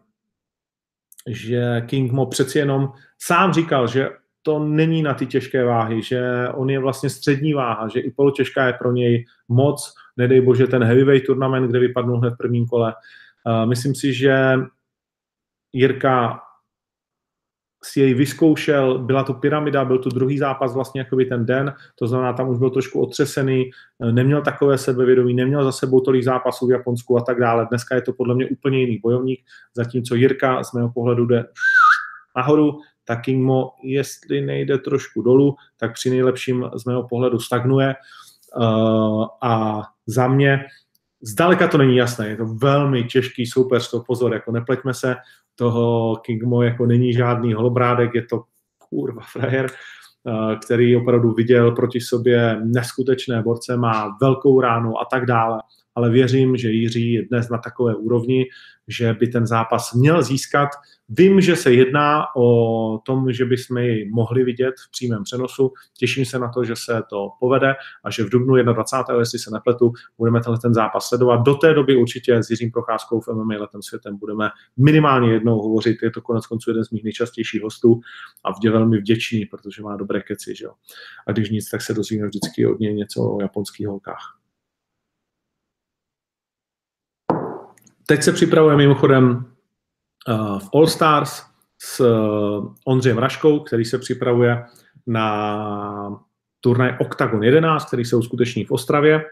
že King Mo přeci jenom sám říkal, že to není na ty těžké váhy, že on je vlastně střední váha, že i polotěžká je pro něj moc, nedej bože ten heavyweight turnament, kde vypadnul hned v prvním kole. Uh, myslím si, že Jirka si jej vyzkoušel, byla to pyramida, byl to druhý zápas vlastně jakoby ten den, to znamená, tam už byl trošku otřesený, neměl takové sebevědomí, neměl za sebou tolik zápasů v Japonsku a tak dále. Dneska je to podle mě úplně jiný bojovník, zatímco Jirka z mého pohledu jde nahoru, tak King Mo, jestli nejde trošku dolů, tak při nejlepším z mého pohledu stagnuje. Uh, a za mě zdaleka to není jasné, je to velmi těžký soupeř, to pozor, jako nepleťme se, toho King Mo jako není žádný holobrádek, je to kurva frajer, uh, který opravdu viděl proti sobě neskutečné borce, má velkou ránu a tak dále, ale věřím, že Jiří je dnes na takové úrovni, že by ten zápas měl získat. Vím, že se jedná o tom, že bychom ji mohli vidět v přímém přenosu. Těším se na to, že se to povede a že v dubnu dvacátého prvního jestli se nepletu, budeme tenhle ten zápas sledovat. Do té doby určitě s Jiřím Procházkou v M M A Letem světem budeme minimálně jednou hovořit. Je to konec konců jeden z mých nejčastějších hostů a vždy velmi vděčný, protože má dobré keci. Že jo? A když nic, tak se dozvíme vždycky od něj něco o japonských holkách. Teď se připravuje mimochodem uh, v All Stars s uh, Ondřejem Raškou, který se připravuje na turnaj Octagon jedenáct, který se uskuteční v Ostravě.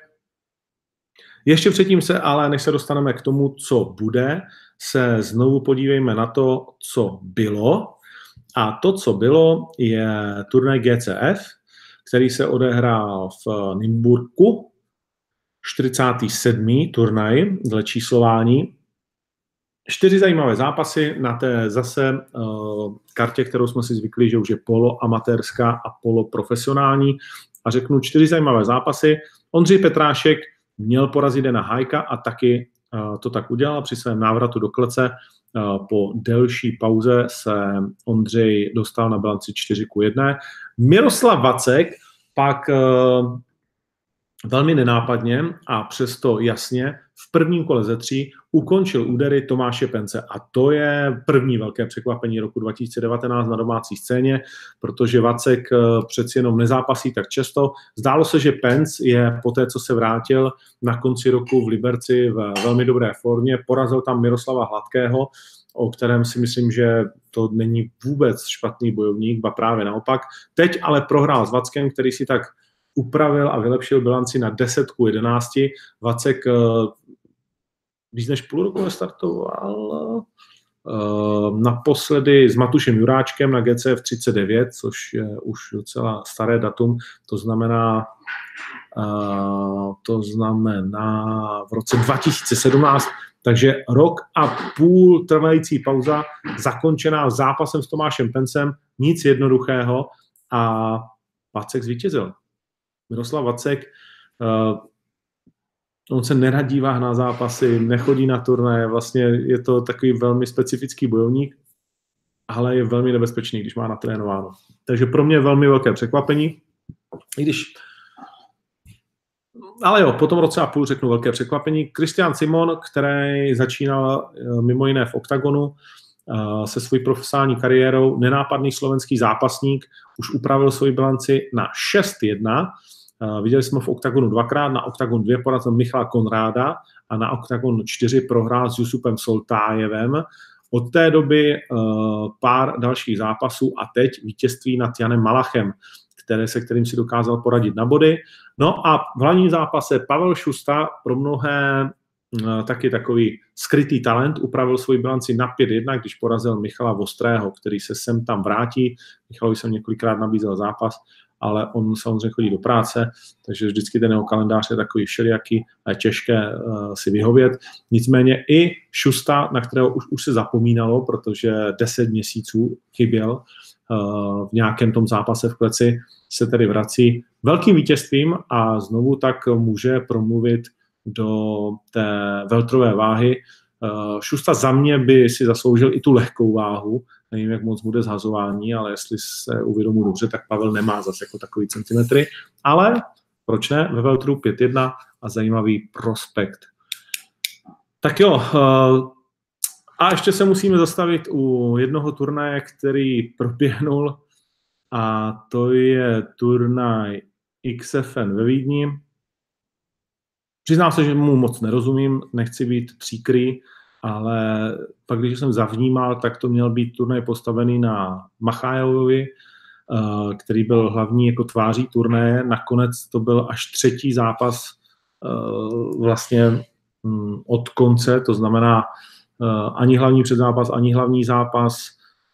Ještě předtím se, ale než se dostaneme k tomu, co bude, se znovu podívejme na to, co bylo. A to, co bylo, je turnaj G C F, který se odehrál v Nymburku, čtyřicátý sedmý turnaj dle číslování. Čtyři zajímavé zápasy na té zase uh, kartě, kterou jsme si zvykli, že už je poloamatérská a poloprofesionální. A řeknu čtyři zajímavé zápasy. Ondřej Petrášek měl porazit Dana Hajka a taky uh, to tak udělal při svém návratu do klece. Uh, po delší pauze se Ondřej dostal na bilanci čtyři ku jedné. Miroslav Vacek pak uh, velmi nenápadně a přesto jasně v prvním kole ze tří ukončil údery Tomáše Pence. A to je první velké překvapení roku dva tisíce devatenáct na domácí scéně, protože Vacek přeci jenom nezápasí tak často. Zdálo se, že Pence je po té, co se vrátil na konci roku v Liberci v velmi dobré formě. Porazil tam Miroslava Hladkého, o kterém si myslím, že to není vůbec špatný bojovník, ba právě naopak. Teď ale prohrál s Vackem, který si tak upravil a vylepšil bilanci na deset ku jedenácti. Vacek uh, víc než půl roku startoval uh, naposledy s Matušem Juráčkem na G C F třicet devět, což je už docela staré datum, to znamená uh, to znamená v roce dva tisíce sedmnáct, takže rok a půl trvající pauza, zakončená zápasem s Tomášem Pencem, nic jednoduchého a Vacek zvítězil. Miroslav Vacek, uh, on se nerad dívá na zápasy, nechodí na turnaje, vlastně je to takový velmi specifický bojovník ale je velmi nebezpečný, když má natrénováno. Takže pro mě velmi velké překvapení, i když ale jo, po tom roce a půl řeknu velké překvapení. Christian Simon, který začínal mimo jiné v Oktagonu se svojí profesionální kariérou, nenápadný slovenský zápasník, už upravil svoji bilanci na šest jedna. Viděli jsme v Oktagonu dvakrát, na Oktagon dva porazil Michala Konráda a na Oktagon čtyři prohrál s Jusupem Soltájevem. Od té doby pár dalších zápasů a teď vítězství nad Janem Malachem, které, se kterým si dokázal poradit na body. No a v hlavním zápase Pavel Šusta, pro mnohé taky takový skrytý talent, upravil svoji bilanci na pět jedna, když porazil Michala Vostrého, který se sem tam vrátí. Michalovi jsem několikrát nabízel zápas, ale on samozřejmě chodí do práce, takže vždycky ten jeho kalendář je takový všelijaký a je těžké uh, si vyhovět. Nicméně i Šusta, na kterého už, už se zapomínalo, protože deset měsíců chyběl uh, v nějakém tom zápase v kleci, se tedy vrací velkým vítězstvím a znovu tak může promluvit do té welterové váhy. Uh, Šusta za mě by si zasloužil i tu lehkou váhu, nevím, jak moc bude zhazování, ale jestli se uvědomuji dobře, tak Pavel nemá zase jako takový centimetry, ale proč ne, ve welteru pět jedna a zajímavý prospekt. Tak jo, a ještě se musíme zastavit u jednoho turnaje, který proběhnul, a to je turnaj X F N ve Vídni. Přiznám se, že mu moc nerozumím, nechci být příkrý, ale pak, když jsem zavnímal, tak to měl být turnaj postavený na Machajevovi, který byl hlavní jako tváří turnaje. Nakonec to byl až třetí zápas vlastně od konce, to znamená ani hlavní předzápas, ani hlavní zápas.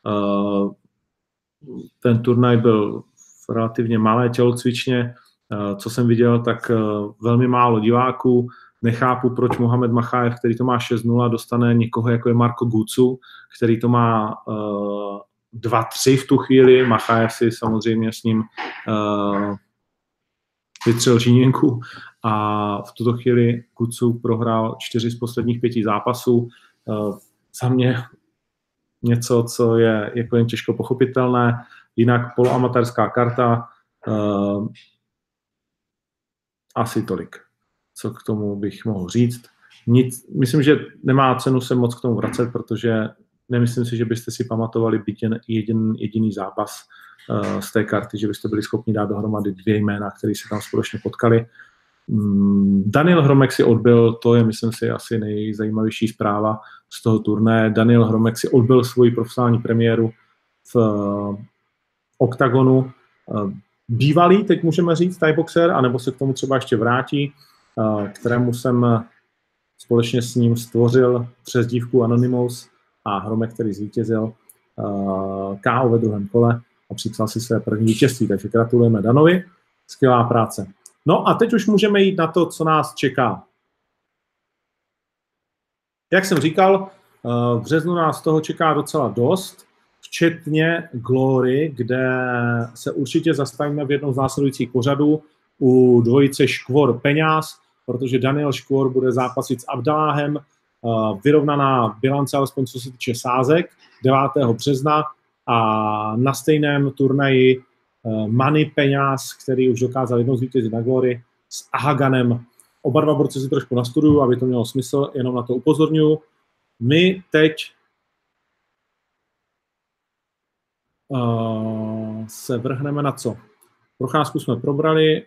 Ten turnaj byl v relativně malé tělocvičně. Co jsem viděl, tak velmi málo diváků. Nechápu, proč Mohamed Machajev, který to má šest nula, dostane někoho, jako je Marko Gucu, který to má uh, dva tři v tu chvíli. Machajev si samozřejmě s ním uh, vytřel žíněnku a v tuto chvíli Gucu prohrál čtyři z posledních pěti zápasů. Uh, za mě něco, co je jako jen těžko pochopitelné. Jinak poloamatérská karta. Uh, asi tolik, co k tomu bych mohl říct. Nic, myslím, že nemá cenu se moc k tomu vracet, protože nemyslím si, že byste si pamatovali byť jen jeden jediný zápas uh, z té karty, že byste byli schopni dát dohromady dvě jména, které se tam společně potkali. Mm, Daniel Hromek si odbyl, to je, myslím si, asi nejzajímavější zpráva z toho turné. Daniel Hromek si odbyl svoji profesionální premiéru v uh, Oktagonu. Uh, Bývalý, teď můžeme říct, thaiboxer, anebo se k tomu třeba ještě vrátí, kterému jsem společně s ním stvořil přezdívku Anonymous a Hromek, který zvítězil K O ve druhém kole a připsal si své první vítězství, takže gratulujeme Danovi, skvělá práce. No a teď už můžeme jít na to, co nás čeká. Jak jsem říkal, v březnu nás toho čeká docela dost, včetně Glory, kde se určitě zastavíme v jednom z následujících pořadů u dvojice Škvor Peňáz, protože Daniel Škvor bude zápasit s Abdaláhem, vyrovnaná bilance, alespoň co se týče sázek, devátého března a na stejném turnaji Mani Peňáz, který už dokázal jednou zvítězit na Glory, s Ahaganem. Oba dva borci si trošku nastuduju, aby to mělo smysl, jenom na to upozorňuji. My teď Uh, se vrhneme na co? Procházku jsme probrali.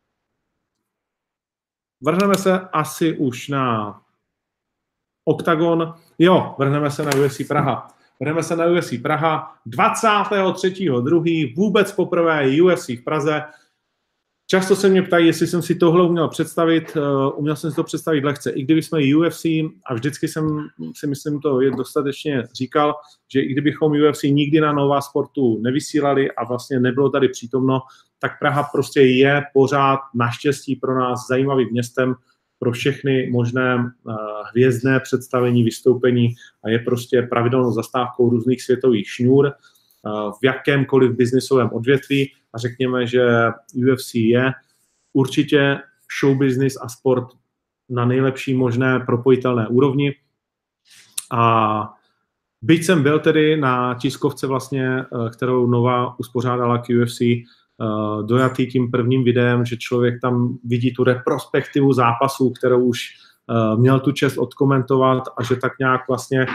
Vrhneme se asi už na Oktagon. Jo, vrhneme se na U F C Praha. Vrhneme se na U F C Praha. dvacátého třetího druhého vůbec poprvé U F C v Praze. Často se mě ptají, jestli jsem si tohle uměl představit. Uh, uměl jsem si to představit lehce. I kdyby jsme U F C, a vždycky jsem si myslím to je dostatečně říkal, že i kdybychom U F C nikdy na Nova Sportu nevysílali a vlastně nebylo tady přítomno, tak Praha prostě je pořád naštěstí pro nás zajímavým městem pro všechny možné uh, hvězdné představení, vystoupení a je prostě pravidelnou zastávkou různých světových šňůr uh, v jakémkoliv biznisovém odvětví. A řekněme, že U F C je určitě show business a sport na nejlepší možné propojitelné úrovni. A byť jsem byl tedy na tiskovce vlastně, kterou Nova uspořádala k U F C, dojatý tím prvním videem, že člověk tam vidí tu retrospektivu zápasů, kterou už měl tu čest odkomentovat a že tak nějak vlastně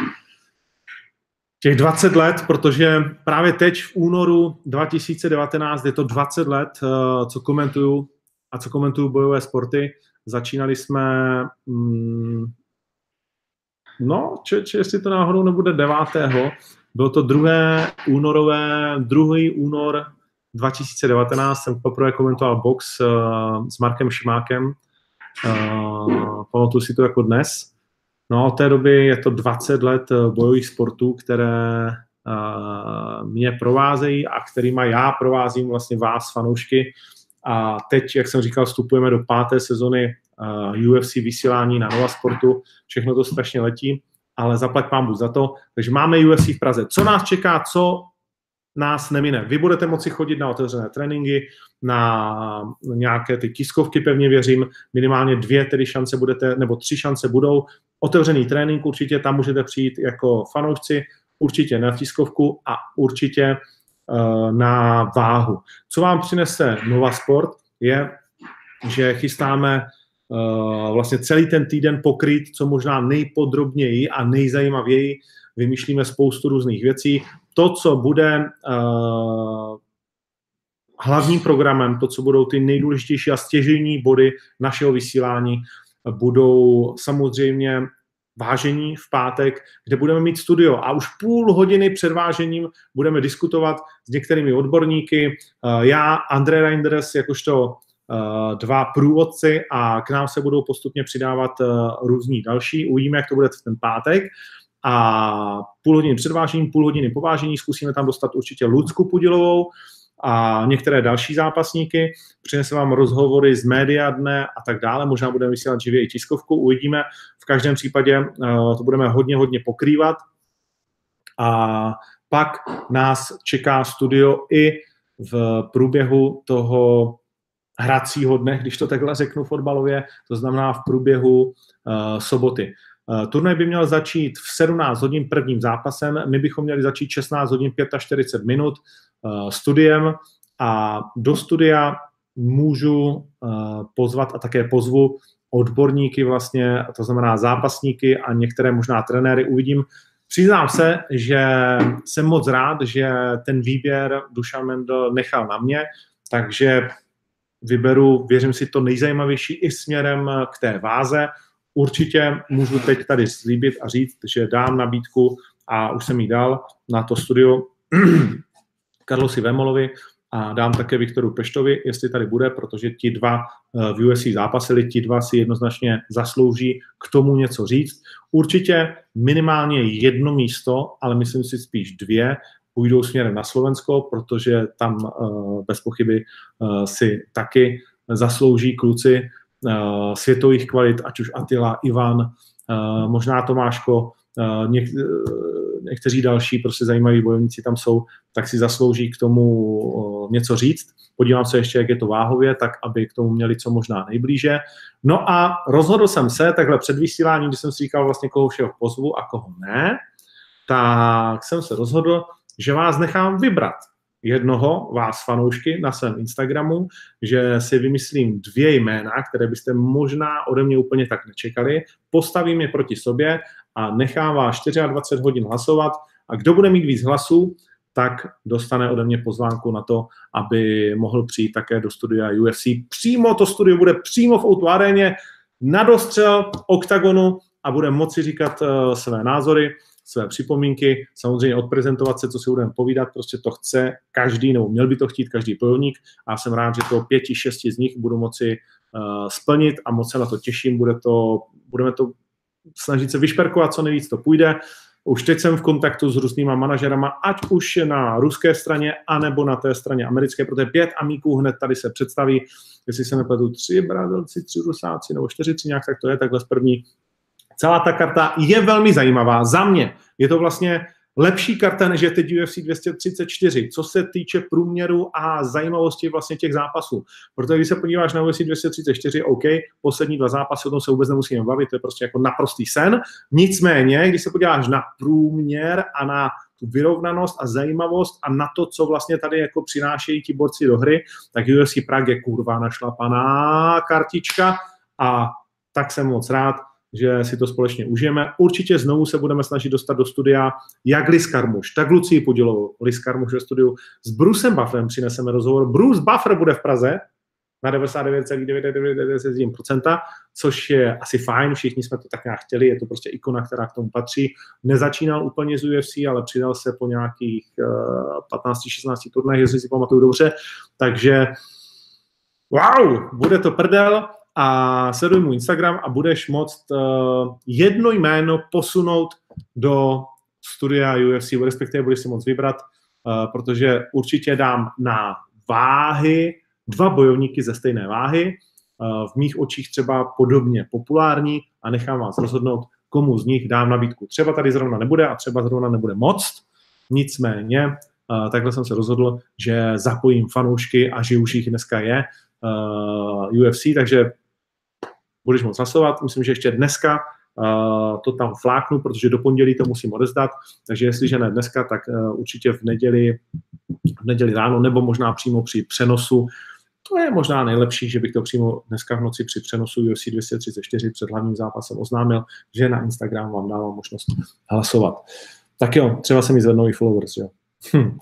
těch dvacet let, protože právě teď v únoru dva tisíce devatenáct je to dvacet let, co komentuju a co komentuju bojové sporty. Začínali jsme, mm, no, či, či jestli to náhodou nebude devátého Bylo to druhé únorové, druhý únor dva tisíce devatenáct jsem poprvé komentoval box uh, s Markem Šimákem. Uh, pamatuju si to jako dnes. No od té doby je to dvacet let bojových sportů, které uh, mě provázejí a kterýma já provázím vlastně vás, fanoušky. A teď, jak jsem říkal, vstupujeme do páté sezony uh, U F C vysílání na Nova Sportu. Všechno to strašně letí, ale zaplať pánbůh za to. Takže máme U F C v Praze. Co nás čeká, co nás nemine? Vy budete moci chodit na otevřené tréninky, na nějaké ty tiskovky, pevně věřím. Minimálně dvě tedy šance budete, nebo tři šance budou. Otevřený trénink určitě, tam můžete přijít jako fanoušci, určitě na tiskovku a určitě uh, na váhu. Co vám přinese Nova Sport je, že chystáme uh, vlastně celý ten týden pokryt, co možná nejpodrobněji a nejzajímavěji. Vymýšlíme spoustu různých věcí. To, co bude uh, hlavním programem, to, co budou ty nejdůležitější a stěžejní body našeho vysílání, budou samozřejmě vážení v pátek, kde budeme mít studio a už půl hodiny před vážením budeme diskutovat s některými odborníky. Já, Andrej Reinders, jakožto dva průvodci a k nám se budou postupně přidávat různí další. Uvidíme, jak to bude v ten pátek. A půl hodiny před vážením, půl hodiny po vážení zkusíme tam dostat určitě Lucku Pudilovou a některé další zápasníky. Přinese vám rozhovory z média dne a tak dále. Možná budeme vysílat živě i tiskovku, uvidíme. V každém případě uh, to budeme hodně, hodně pokrývat. A pak nás čeká studio i v průběhu toho hracího dne, když to takhle řeknu fotbalově, to znamená v průběhu uh, soboty. Uh, turnaj by měl začít v sedmnáct hodin prvním zápasem, my bychom měli začít šestnáct hodin čtyřicet pět minut uh, studiem a do studia můžu uh, pozvat a také pozvu odborníky vlastně, to znamená zápasníky a některé možná trenéry, uvidím. Přiznám se, že jsem moc rád, že ten výběr Dušan Mendl nechal na mě, takže vyberu, věřím si, to nejzajímavější i směrem k té váze. Určitě můžu teď tady slíbit a říct, že dám nabídku a už jsem jí dal na to studio Karlosi Vémolovi a dám také Viktoru Peštovi, jestli tady bude, protože ti dva v U F C zápasili, ti dva si jednoznačně zaslouží k tomu něco říct. Určitě minimálně jedno místo, ale myslím si spíš dvě, půjdou směrem na Slovensko, protože tam uh, bez pochyby uh, si taky zaslouží kluci uh, světových kvalit, ať už Attila, Ivan, uh, možná Tomáško, uh, něk, uh, někteří další prostě zajímaví bojovníci tam jsou, tak si zaslouží k tomu uh, něco říct. Podívám se ještě, jak je to váhově, tak aby k tomu měli co možná nejblíže. No a rozhodl jsem se takhle před vysíláním, když jsem si říkal vlastně, koho všeho pozvu a koho ne, tak jsem se rozhodl, že vás nechám vybrat jednoho, vás fanoušky, na svém Instagramu, že si vymyslím dvě jména, které byste možná ode mě úplně tak nečekali, postavím je proti sobě a nechám vás dvacet čtyři hodin hlasovat a kdo bude mít víc hlasů, tak dostane ode mě pozvánku na to, aby mohl přijít také do studia U F C. Přímo to studio bude přímo v O dva aréně, na dostřel oktagonu a bude moci říkat uh, své názory, své připomínky, samozřejmě odprezentovat se, co si budeme povídat, prostě to chce každý, nebo měl by to chtít každý bojovník a jsem rád, že to pěti, šesti z nich budu moci uh, splnit a moc se na to těším, bude to, budeme to snažit se vyšperkovat, co nejvíc to půjde. Už teď jsem v kontaktu s různýma manažerama, ať už na ruské straně, anebo na té straně americké, protože pět amíků hned tady se představí, jestli se nepletu tři Brazilci, tři Rusáci, nebo čtyři, tři nějak, tak to je takhle z první. Celá ta karta je velmi zajímavá. Za mě je to vlastně lepší karta, než je teď U F C dvě stě třicet čtyři, co se týče průměru a zajímavosti vlastně těch zápasů. Protože když se podíváš na U F C dvě stě třicet čtyři, OK, poslední dva zápasy, o tom se vůbec nemusíme bavit, to je prostě jako naprostý sen. Nicméně, když se podíváš na průměr a na tu vyrovnanost a zajímavost a na to, co vlastně tady jako přinášejí ti borci do hry, tak U F C Prague je kurva našlapaná kartička a tak jsem moc rád, že si to společně užijeme. Určitě znovu se budeme snažit dostat do studia jak Liz Carmouche, tak Lucii Podilovou. Liz Carmouche ve studiu s Brucem Bufferem přineseme rozhovor. Bruce Buffer bude v Praze na devadesát devět celá devět devět devět procenta, což je asi fajn, všichni jsme to tak nějak chtěli, je to prostě ikona, která k tomu patří. Nezačínal úplně z U F C, ale přidal se po nějakých patnáct šestnáct turnajích, jestli si pamatuju dobře, takže wow, bude to prdel. A sleduj mu Instagram a budeš moct uh, jedno jméno posunout do studia U F C, respektive budeš si moct vybrat, uh, protože určitě dám na váhy dva bojovníky ze stejné váhy, uh, v mých očích třeba podobně populární a nechám vás rozhodnout, komu z nich dám nabídku. Třeba tady zrovna nebude a třeba zrovna nebude moc, nicméně uh, takhle jsem se rozhodl, že zapojím fanoušky a že už jich dneska je uh, U F C, takže budeš moc hlasovat. Myslím, že ještě dneska uh, to tam fláknu, protože do pondělí to musím odezdat, takže jestliže ne dneska, tak uh, určitě v neděli, v neděli ráno, nebo možná přímo při přenosu. To je možná nejlepší, že bych to přímo dneska v noci při přenosu U F C dvě stě třicet čtyři před hlavním zápasem oznámil, že na Instagram vám dávám možnost hlasovat. Tak jo, třeba se mi zvednou i followers, jo. Hm.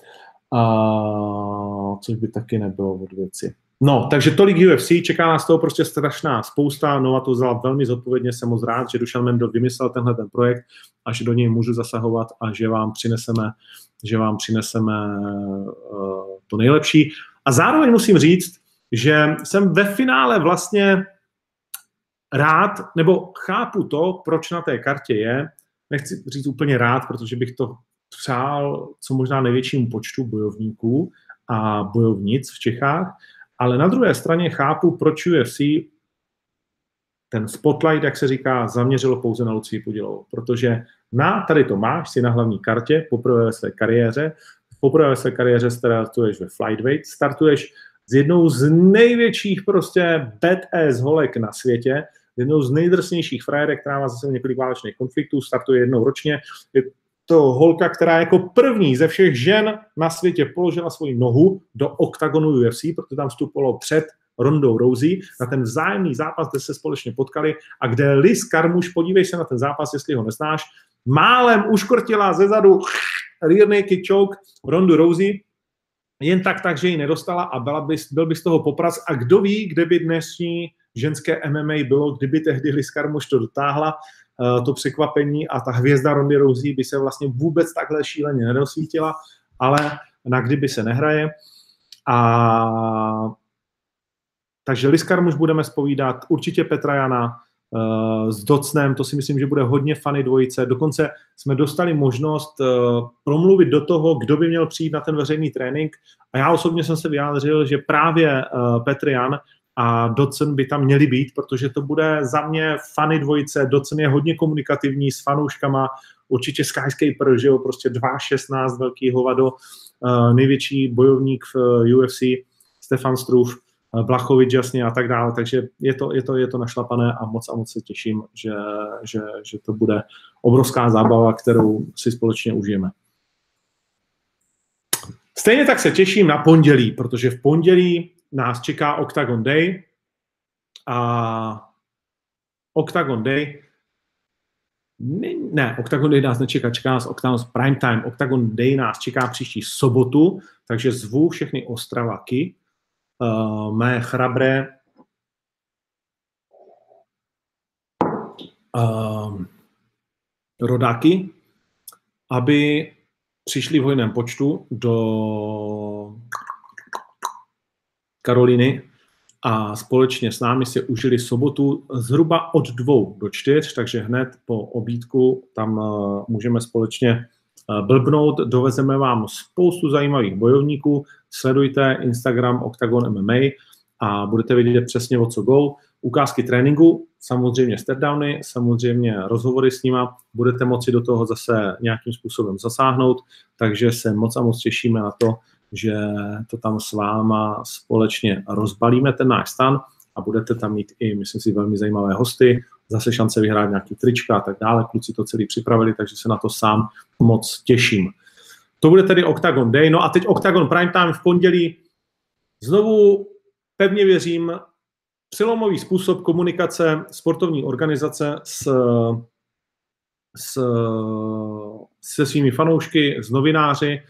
A což by taky nebylo od věci. No, takže tolik U F C, čeká nás toho prostě strašná spousta, Nova to vzala velmi zodpovědně, jsem moc rád, že Dušan Mendl vymyslel tenhle ten projekt a že do něj můžu zasahovat a že vám přineseme, že vám přineseme uh, to nejlepší. A zároveň musím říct, že jsem ve finále vlastně rád, nebo chápu to, proč na té kartě je, nechci říct úplně rád, protože bych to přál co možná největšímu počtu bojovníků a bojovnic v Čechách, ale na druhé straně chápu, proč U F C ten spotlight, jak se říká, zaměřilo pouze na Lucii Podilovou. Protože na, tady to máš, si na hlavní kartě, poprvé ve své kariéře, poprvé ve své kariéře startuješ ve flyweight, startuješ s jednou z největších prostě badass holek na světě, jednou z nejdrsnějších frajerek, která má zase několik válečných konfliktů, startuje jednou ročně. Je to holka, která jako první ze všech žen na světě položila svoji nohu do oktagonu U F C, protože tam vstupovalo před Rondou Rousey na ten vzájemný zápas, kde se společně potkali a kde Liz Carmouche, podívej se na ten zápas, jestli ho neznáš, málem uškrtila zezadu rear naked choke Rondu Rousey, jen tak, tak, že ji nedostala a byla by, byl by z toho popras. A kdo ví, kde by dnešní ženské M M A bylo, kdyby tehdy Liz Carmouche to dotáhla, uh, to překvapení a ta hvězda Rondy Rousey by se vlastně vůbec takhle šíleně nedosvítila, ale na kdyby se nehraje. A takže Liz Carmouche budeme zpovídat, určitě Petra Jana uh, s Docnem, to si myslím, že bude hodně funny dvojice. Dokonce jsme dostali možnost uh, promluvit do toho, kdo by měl přijít na ten veřejný trénink. A já osobně jsem se vyjádřil, že právě uh, Petr Jan a Docen by tam měli být, protože to bude za mě funny dvojice. Docen je hodně komunikativní s fanouškama, určitě Skyscraper, že jo, prostě dva šestnáct velký hovado, uh, největší bojovník v uh, U F C, Stefan Struve, Blachowicz, jasně a tak dále, takže je to, je to, je to našlapané a moc a moc se těším, že, že, že to bude obrovská zábava, kterou si společně užijeme. Stejně tak se těším na pondělí, protože v pondělí nás čeká Octagon Day a Octagon Day ne, ne, Octagon Day nás nečeká, čeká nás Octagon Prime Time. Octagon Day nás čeká příští sobotu, takže zvu všechny Ostravaky, Uh, mé chrabré uh, rodáky, aby přišli v hojném počtu do Karoliny a společně s námi si užili sobotu zhruba od dvou do čtyř, takže hned po obídku tam uh, můžeme společně blbnout, dovezeme vám spoustu zajímavých bojovníků, sledujte Instagram Octagon M M A a budete vědět přesně, o co go. ukázky tréninku, samozřejmě stare-downy, samozřejmě rozhovory s nima, budete moci do toho zase nějakým způsobem zasáhnout, takže se moc a moc těšíme na to, že to tam s váma společně rozbalíme, ten náš stan, a budete tam mít i, myslím si, velmi zajímavé hosty, zase šance vyhrát nějaký trička a tak dále, kluci to celý připravili, takže se na to sám moc těším. To bude tedy Octagon Day, no a teď Octagon Prime Time v pondělí. Znovu pevně věřím, přelomový způsob komunikace sportovní organizace s, s, se svými fanoušky, s novináři.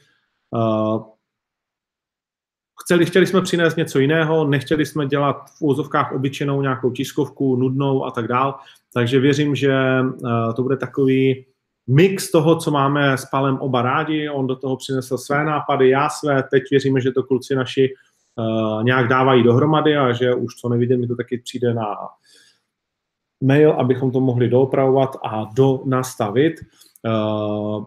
Chtěli, chtěli jsme přinést něco jiného, nechtěli jsme dělat v úvozovkách obyčejnou nějakou tiskovku, nudnou a tak dál, takže věřím, že to bude takový mix toho, co máme s Palem oba rádi, on do toho přinesl své nápady, já své, teď věříme, že to kluci naši uh, nějak dávají dohromady a že už co nevidím, mi to taky přijde na mail, abychom to mohli doopravovat a donastavit. Uh,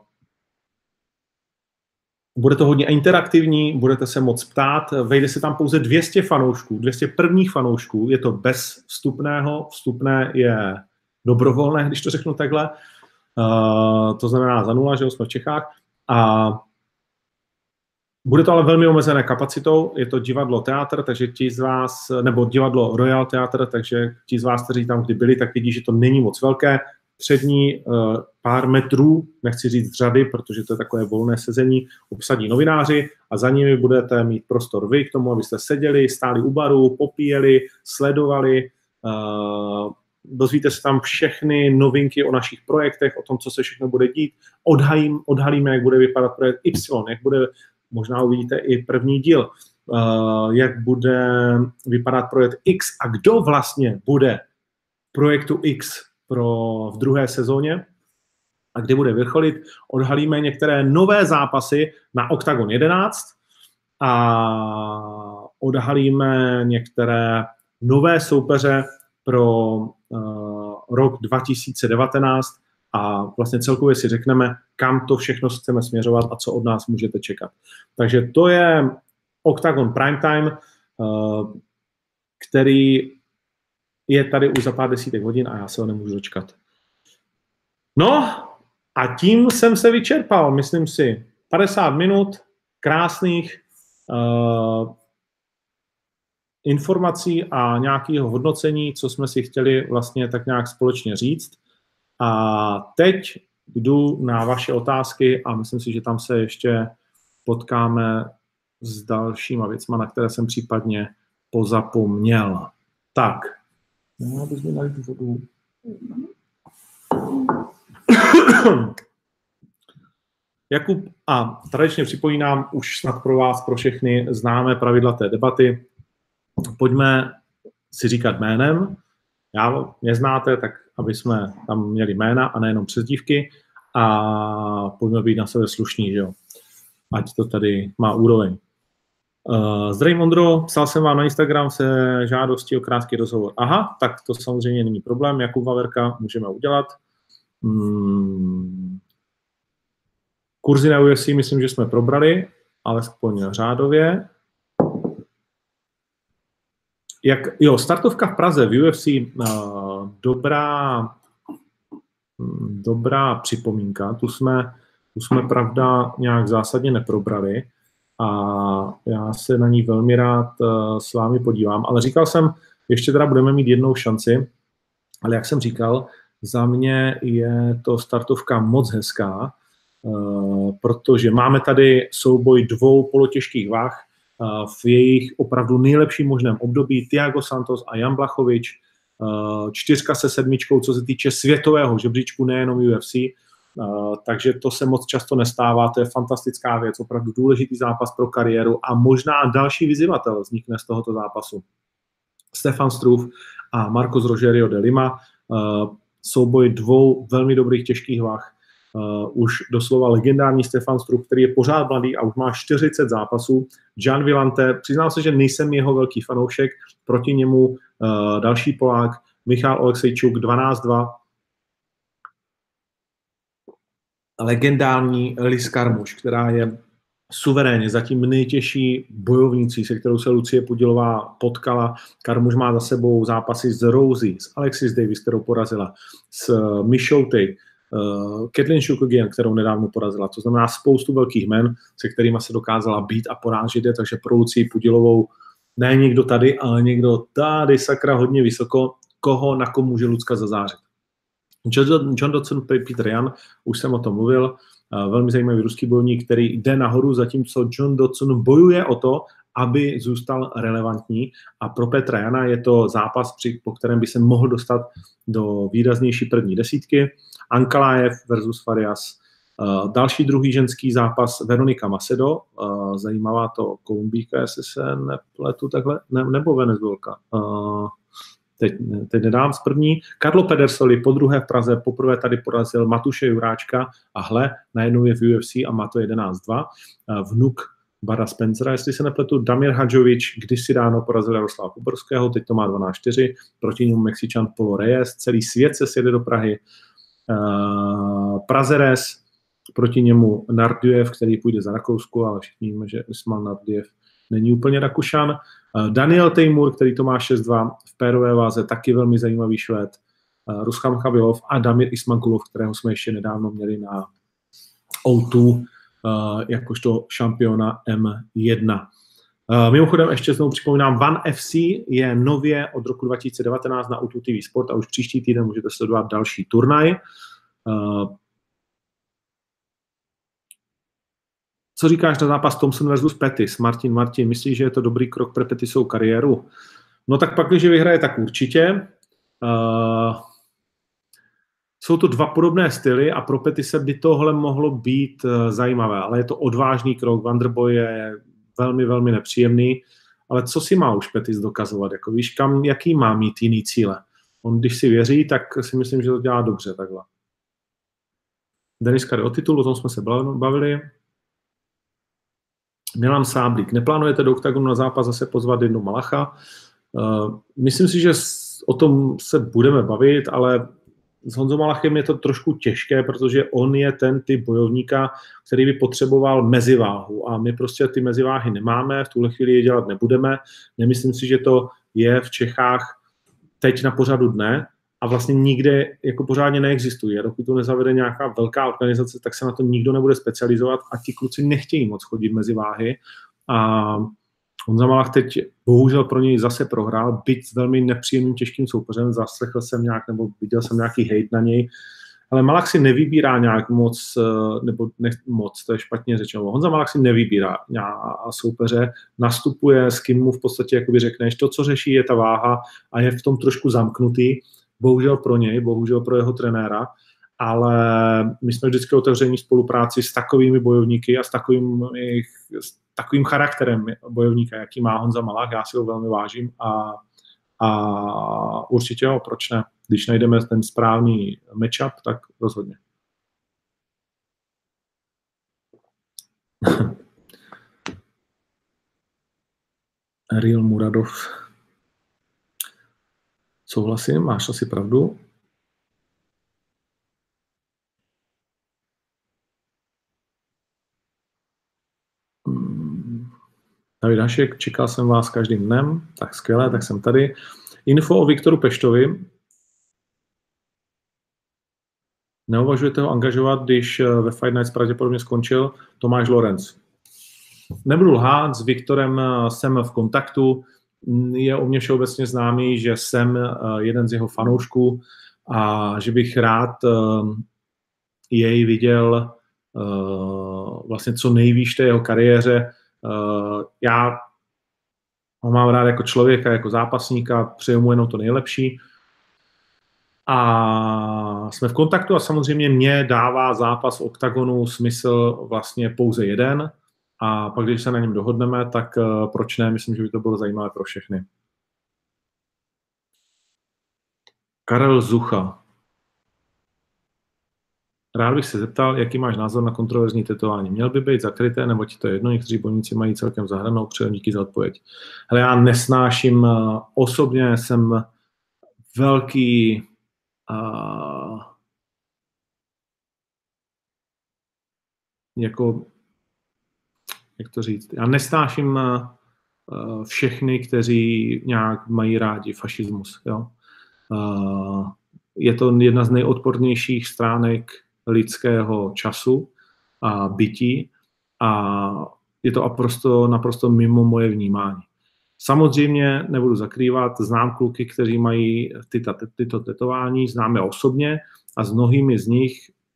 Bude to hodně interaktivní, budete se moc ptát, vejde se tam pouze dvě stě fanoušků, dvě stě prvních fanoušků, je to bez vstupného, vstupné je dobrovolné, když to řeknu takhle, uh, to znamená za nula, že jsme v Čechách, a bude to ale velmi omezené kapacitou, je to divadlo teátr, takže ti z vás, nebo divadlo Royal Teatr, takže ti z vás, kteří tam kdy byli, tak vidí, že to není moc velké, přední uh, pár metrů, nechci říct řady, protože to je takové volné sezení, obsadí novináři a za nimi budete mít prostor vy k tomu, abyste seděli, stáli u baru, popíjeli, sledovali, uh, dozvíte se tam všechny novinky o našich projektech, o tom, co se všechno bude dít, odhalím, odhalíme, jak bude vypadat projekt Y, jak bude, možná uvidíte i první díl, uh, jak bude vypadat projekt X a kdo vlastně bude projektu X pro v druhé sezóně a kdy bude vrcholit. Odhalíme některé nové zápasy na Octagon jedenáct a odhalíme některé nové soupeře pro uh, rok dva tisíce devatenáct a vlastně celkově si řekneme, kam to všechno chceme směřovat a co od nás můžete čekat. Takže to je Octagon Prime Time, uh, který je tady už za pár desítek hodin a já se ho nemůžu dočkat. No a tím jsem se vyčerpal, myslím si, padesát minut krásných uh, informací a nějakého hodnocení, co jsme si chtěli vlastně tak nějak společně říct. A teď jdu na vaše otázky a myslím si, že tam se ještě potkáme s dalšíma věcma, na které jsem případně pozapomněl. Tak. No, abys mi dali tu vodu. Jakub, a tradičně připomínám, už snad pro vás, pro všechny známé pravidla té debaty. Pojďme si říkat jménem. Já mě znáte, tak aby jsme tam měli jména a nejenom přezdívky a pojďme být na sebe slušní, že jo. Ať to tady má úroveň. Uh, zdravím, Ondro, psal jsem vám na Instagram se žádostí o krátký rozhovor. Aha, tak to samozřejmě není problém, Jakub Vaverka můžeme udělat. Hmm. Kurzy na U F C myslím, že jsme probrali, alespoň řádově. Jak, jo, startovka v Praze v U F C, uh, dobrá, dobrá připomínka, tu jsme, tu jsme pravda nějak zásadně neprobrali. A já se na ní velmi rád uh, s vámi podívám. Ale říkal jsem, ještě teda budeme mít jednou šanci, ale jak jsem říkal, za mě je to startovka moc hezká, uh, protože máme tady souboj dvou polotěžkých váh uh, v jejich opravdu nejlepším možném období, Thiago Santos a Jan Blachowicz, uh, čtyřka se sedmičkou, co se týče světového žebříčku, nejenom U F C. Uh, takže to se moc často nestává, to je fantastická věc, opravdu důležitý zápas pro kariéru a možná další vyzývatel vznikne z tohoto zápasu. Stefan Struve a Marcos Rogerio de Lima, uh, souboj dvou velmi dobrých těžkých váh. Uh, už doslova legendární Stefan Struve, který je pořád mladý a už má čtyřicet zápasů. Gian Villante, přiznám se, že nejsem jeho velký fanoušek, proti němu uh, další Polák, Michal Oleksejčuk, dvanáct dva. Legendární Liz Carmouche, která je suverénně zatím nejtěžší bojovníci, se kterou se Lucie Pudilová potkala. Karmuž má za sebou zápasy s Rosie, s Alexis Davis, kterou porazila, s Michou Tate, uh, Kathleen Shukogian, kterou nedávno porazila. To znamená spoustu velkých men, se kterými se dokázala být a porážet je, takže pro Lucii Pudilovou ne někdo tady, ale někdo tady sakra hodně vysoko, koho na kom může Lucka zazářit. John, John Dodson, Peter Yan, už jsem o tom mluvil, velmi zajímavý ruský bojovník, který jde nahoru, zatímco John Dodson bojuje o to, aby zůstal relevantní, a pro Petra Jana je to zápas, při, po kterém by se mohl dostat do výraznější první desítky. Ankalaev versus Farias. Uh, další druhý ženský zápas Veronika Macedo, uh, zajímavá to Kolumbíka, jestli se nepletu takhle, ne, nebo Venezuelka. Uh, Teď, teď nedám z první. Karlo Pedersoli po druhé v Praze, poprvé tady porazil Matuše Juráčka a hle, najednou je v U F C a má to jedenáct dva. Vnuk Bara Spencera, jestli se nepletu, Damir Hadžovič kdysi ráno porazil Jaroslava Kuborského, teď to má dvanáct čtyři, proti němu Mexičan Polo Reyes, celý svět se sjede do Prahy. Uh, Prazeres, proti němu Nardiev, který půjde za Rakousku, ale všichni víme, že Usman Nardiev není úplně Rakušan. Daniel Tejmur, který to má šest dva v pérové váze, taky velmi zajímavý Švéd. Rustam Chabilov a Damir Ismagulov, kterého jsme ještě nedávno měli na O dva jakožto šampiona M jedna. Mimochodem ještě znovu připomínám, One F C je nově od roku dva tisíce devatenáct na O dva T V Sport a už příští týden můžete sledovat další turnaj. Co říkáš na zápas Thompson versus Pettis? Martin, Martin, myslíš, že je to dobrý krok pro Pettisovou kariéru? No tak pak, když vyhraje, tak určitě. Uh, jsou to dva podobné styly a pro Pettise by tohle mohlo být uh, zajímavé, ale je to odvážný krok. Wonderboy je velmi, velmi nepříjemný, ale co si má už Pettis dokazovat? Jako víš, kam, jaký má mít jiný cíle? On, když si věří, tak si myslím, že to dělá dobře takhle. Deniska jde o titul, o tom jsme se bavili. Milan Sáblík, neplánujete do oktagonu na zápas zase pozvat jednou Malacha? Uh, myslím si, že o tom se budeme bavit, ale s Honzou Malachem je to trošku těžké, protože on je ten typ bojovníka, který by potřeboval meziváhu a my prostě ty meziváhy nemáme, v tuhle chvíli je dělat nebudeme. Nemyslím si, že to je v Čechách teď na pořadu dne a vlastně nikde jako pořádně neexistuje. Dokud to nezavede nějaká velká organizace, tak se na to nikdo nebude specializovat a ti kluci nechtějí moc chodit mezi váhy. A Honza Malach teď bohužel pro něj zase prohrál, byť s velmi nepříjemným těžkým soupeřem, zaslechl jsem nějak, nebo viděl jsem nějaký hejt na něj, ale Malach si nevybírá nějak moc, nebo ne moc, to je špatně řečeno. Honza Malach si nevybírá a soupeře, nastupuje, s kým mu v podstatě jakoby řekneš, to, co řeší, je ta váha a je v tom trošku zamknutý, bohužel pro něj, bohužel pro jeho trenéra, ale my jsme vždycky otevření spolupráci s takovými bojovníky a s takovým, s takovým charakterem bojovníka, jaký má Honza Malach, já si ho velmi vážím a, a určitě ho, proč ne? Když najdeme ten správný matchup, tak rozhodně. Ariel Muradov. Souhlasím, máš asi pravdu. David Hašek, čekal jsem vás každým dnem, tak skvělé, tak jsem tady. Info o Viktoru Peštovi. Neuvažujete ho angažovat, když ve Fight Nights pravděpodobně skončil Tomáš Lorenz? Nebudu lhát, s Viktorem jsem v kontaktu, je o mě všeobecně známý, že jsem jeden z jeho fanoušků a že bych rád jej viděl vlastně co nejvýš té jeho kariéře. Já ho mám rád jako člověka, jako zápasníka, přeju mu jenom to nejlepší. A jsme v kontaktu a samozřejmě mě dává zápas v oktagonu smysl vlastně pouze jeden. A pak, když se na něm dohodneme, tak proč ne? Myslím, že by to bylo zajímavé pro všechny. Karel Zucha. Rád bych se zeptal, jaký máš názor na kontroverzní tetování. Měl by být zakryté, nebo ti to jedno? Někteří bojovníci mají celkem zahranou, předem díky za odpověď. Hele, já nesnáším, osobně jsem velký uh, jako jak to říct, já nesnáším uh, všechny, kteří nějak mají rádi fašismus. Jo? Uh, je to jedna z nejodpornějších stránek lidského času a bytí a je to naprosto, naprosto mimo moje vnímání. Samozřejmě nebudu zakrývat, znám kluky, kteří mají tyto, tyto tetování, známe osobně a s mnohými z nich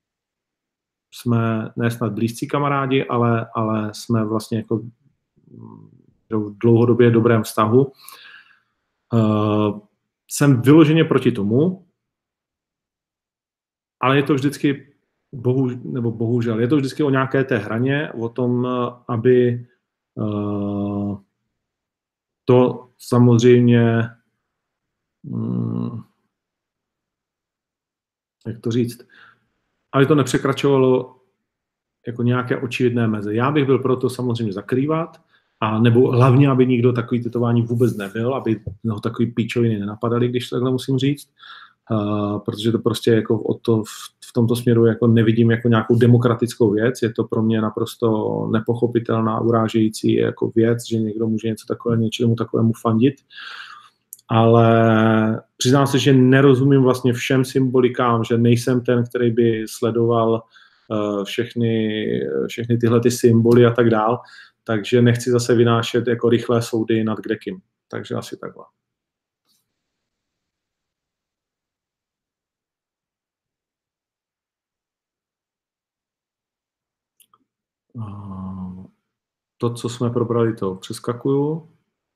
jsme ne snad blízcí kamarádi, ale, ale jsme vlastně jako v dlouhodobě dobrém vztahu. Uh, jsem vyloženě proti tomu, ale je to vždycky, bohu, nebo bohužel, je to vždycky o nějaké té hraně, o tom, aby uh, to samozřejmě, um, jak to říct, aby to nepřekračovalo jako nějaké očividné meze. Já bych byl proto samozřejmě zakrývat, a nebo hlavně, aby nikdo takový tetování vůbec nebyl, aby ho takový píčoviny nenapadaly, když to takhle musím říct, uh, protože to prostě jako o to v, v tomto směru jako nevidím jako nějakou demokratickou věc, je to pro mě naprosto nepochopitelná, urážející jako věc, že někdo může něco takového, něčemu takovému fandit, ale přiznám se, že nerozumím vlastně všem symbolikám, že nejsem ten, který by sledoval uh, všechny, všechny tyhle ty symboly a tak dál, takže nechci zase vynášet jako rychlé soudy nad kdekým. Takže asi takhle. To, co jsme probrali, to přeskakuju.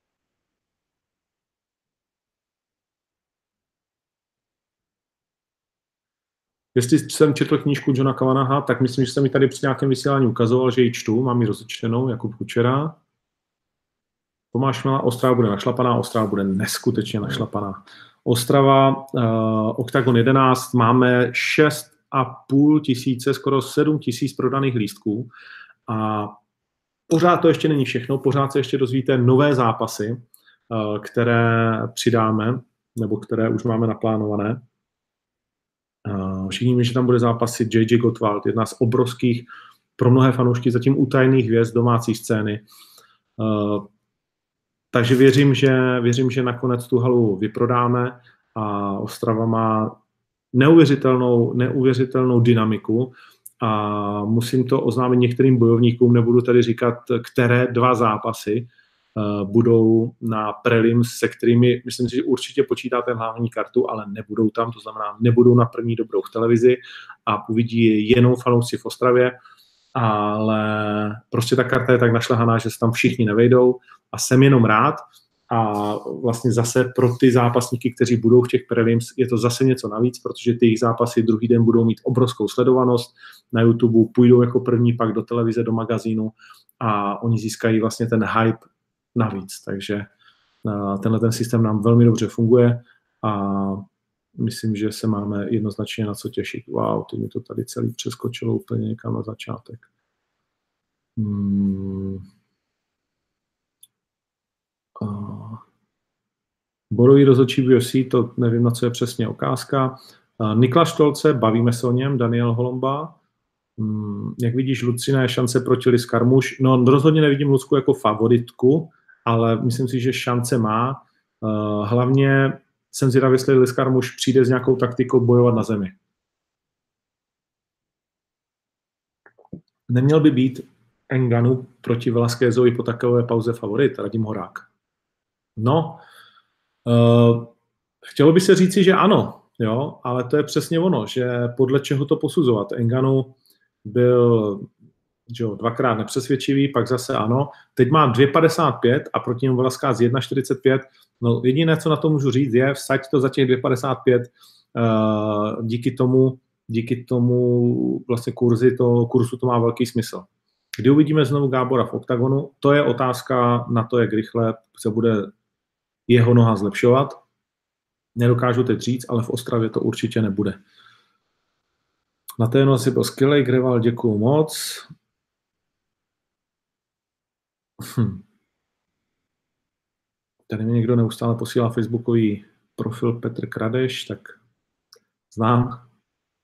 Jestli jsem četl knížku Johna Kavanaugha, tak myslím, že jsem mi tady při nějakém vysílání ukazoval, že ji čtu, mám ji rozečtenou, Jakub Kučera. Tomáš Mela, Ostrava bude našlapaná, Ostrava bude neskutečně našlapaná. Ostrava, uh, Oktagon jedenáct, máme šest a půl tisíce, skoro sedm tisíc prodaných lístků a pořád to ještě není všechno, pořád se ještě dozvíte nové zápasy, uh, které přidáme, nebo které už máme naplánované. Uh, všichni víme, že tam bude zápasy J J Gottwald, jedna z obrovských, pro mnohé fanoušky zatím utajených hvězd domácí scény. Uh, takže věřím že, věřím, že nakonec tu halu vyprodáme a Ostrava má neuvěřitelnou, neuvěřitelnou dynamiku a musím to oznámit některým bojovníkům, nebudu tady říkat, které dva zápasy uh, budou na prelims, se kterými, myslím si, že určitě počítáte hlavní kartu, ale nebudou tam, to znamená, nebudou na první dobrou v televizi a uvidí jenom fanoušci v Ostravě, ale prostě ta karta je tak našlehaná, že se tam všichni nevejdou a jsem jenom rád a vlastně zase pro ty zápasníky, kteří budou v těch prelims, je to zase něco navíc, protože ty jejich zápasy druhý den budou mít obrovskou sledovanost na YouTube, půjdou jako první pak do televize, do magazínu a oni získají vlastně ten hype navíc, takže tenhle ten systém nám velmi dobře funguje a myslím, že se máme jednoznačně na co těšit. Wow, teď mi to tady celý přeskočilo úplně někam na začátek. Hmm. Uh. Borový rozhodčí v U F C, to nevím, na co je přesně okázka. Uh, Niklas Štolce, bavíme se o něm, Daniel Holomba. Hmm. Jak vidíš, Lucina je šance proti Liz Carmouche? No, rozhodně nevidím Lucku jako favoritku, ale myslím si, že šance má. Uh, hlavně jsem zvědavý, jestli Liz Carmouche přijde s nějakou taktikou bojovat na zemi. Neměl by být Ngannou proti Velasquezovi po takové pauze favorit, Radim Horák. No, uh, chtělo by se říci, že ano, jo, ale to je přesně ono, že podle čeho to posuzovat. Ngannou byl že jo, dvakrát nepřesvědčivý, pak zase ano. Teď má dvě padesát pět a proti němu Velasquez jedna čtyřicet pět. No jediné, co na to můžu říct, je vsaď to za těch dvě padesát pět. Uh, díky tomu, díky tomu vlastně kurzi to, kurzu to má velký smysl. Kdy uvidíme znovu Gábora v Oktagonu, to je otázka na to, jak rychle se bude jeho noha zlepšovat. Nedokážu teď říct, ale v Ostravě to určitě nebude. Na té noci byl skvělej, Greval, děkuju moc. Hm. Tady mi někdo neustále posílá facebookový profil Petr Kradeš, tak znám.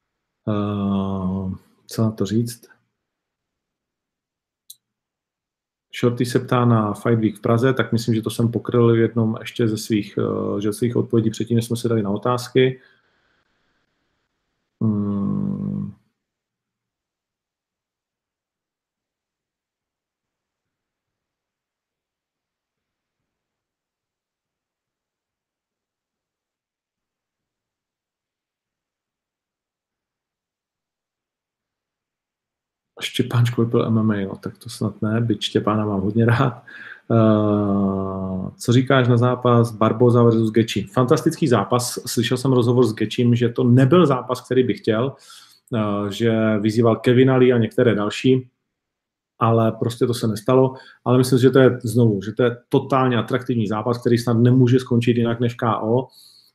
Uh, co na to říct? Shorty se ptá na Fight Week v Praze, tak myslím, že to jsem pokryl v jednom ještě ze svých, že svých odpovědí předtím, než jsme se dali na otázky. Hmm. Štěpán Škojpil M M A, no, tak to snad ne, byť Štěpána mám hodně rád. Uh, co říkáš na zápas Barboza versus Gaethje? Fantastický zápas, slyšel jsem rozhovor s Gaethjem, že to nebyl zápas, který bych chtěl, uh, že vyzýval Kevina Lee a některé další, ale prostě to se nestalo, ale myslím, že to je znovu, že to je totálně atraktivní zápas, který snad nemůže skončit jinak než K O.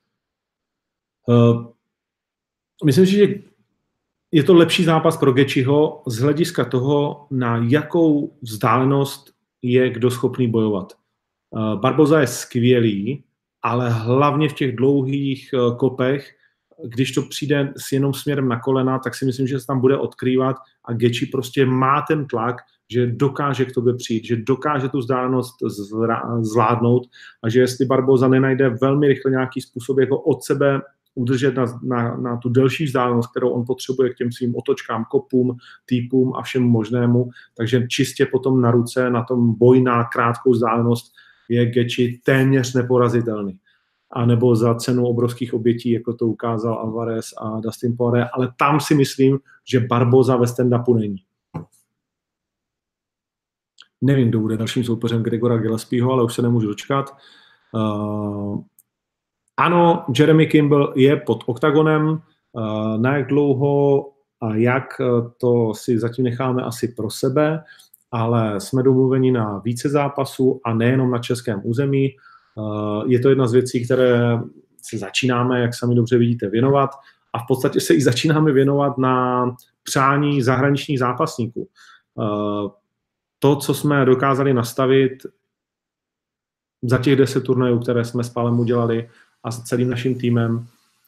Uh, myslím si, že je to lepší zápas pro Gaethjeho z hlediska toho, na jakou vzdálenost je kdo schopný bojovat. Barboza je skvělý, ale hlavně v těch dlouhých kopech, když to přijde s jenom směrem na kolena, tak si myslím, že se tam bude odkrývat a Gaethje prostě má ten tlak, že dokáže k tobě přijít, že dokáže tu vzdálenost zvládnout a že jestli Barboza nenajde velmi rychle nějaký způsob, jako od sebe udržet na, na, na tu delší vzdálenost, kterou on potřebuje k těm svým otočkám, kopům, týpům a všem možnému. Takže čistě potom na ruce, na tom boj na krátkou vzdálenost je Gaethje téměř neporazitelný. A nebo za cenu obrovských obětí, jako to ukázal Alvarez a Dustin Poirier, ale tam si myslím, že Barboza ve stand-upu není. Nevím, kdo bude dalším soupeřem Gregora Gillespieho, ale už se nemůžu dočkat. Uh, Ano, Jeremy Kimball je pod oktagonem, na jak dlouho a jak, to si zatím necháme asi pro sebe, ale jsme domluveni na více zápasů a nejenom na českém území. Je to jedna z věcí, které se začínáme, jak sami dobře vidíte, věnovat a v podstatě se i začínáme věnovat na přání zahraničních zápasníků. To, co jsme dokázali nastavit za těch deset turnajů, které jsme s Palem udělali, a s celým naším týmem,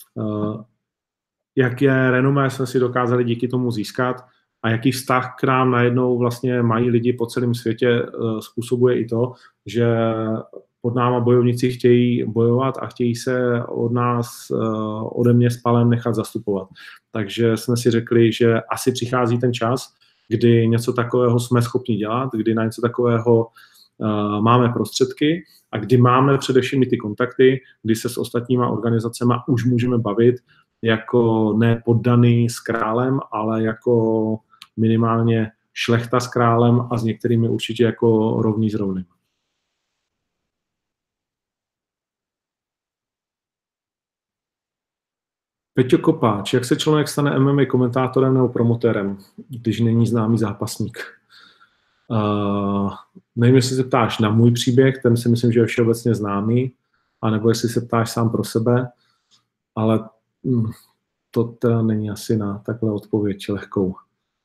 jaké renomé jsme si dokázali díky tomu získat a jaký vztah k nám najednou vlastně mají lidi po celém světě, způsobuje i to, že pod náma bojovníci chtějí bojovat a chtějí se od nás, ode mě s Palem nechat zastupovat. Takže jsme si řekli, že asi přichází ten čas, kdy něco takového jsme schopni dělat, kdy na něco takového máme prostředky a kdy máme především i ty kontakty, kdy se s ostatníma organizacemi už můžeme bavit jako ne poddaný s králem, ale jako minimálně šlechta s králem a s některými určitě jako rovný s rovným. Peťo Kopáč, jak se člověk stane M M A komentátorem nebo promotérem, když není známý zápasník? Uh, nevím, jestli se ptáš na můj příběh, ten si myslím, že je všeobecně známý, anebo jestli se ptáš sám pro sebe, ale hm, to teda není asi na takhle odpověď lehkou.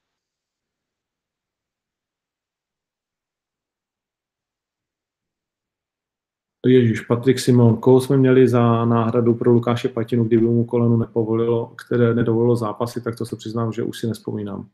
Ježíš, Patrik Simon, koho jsme měli za náhradu pro Lukáše Patinu, kdyby mu koleno nepovolilo, které nedovolilo zápasy, tak to se přiznám, že už si nespomínám.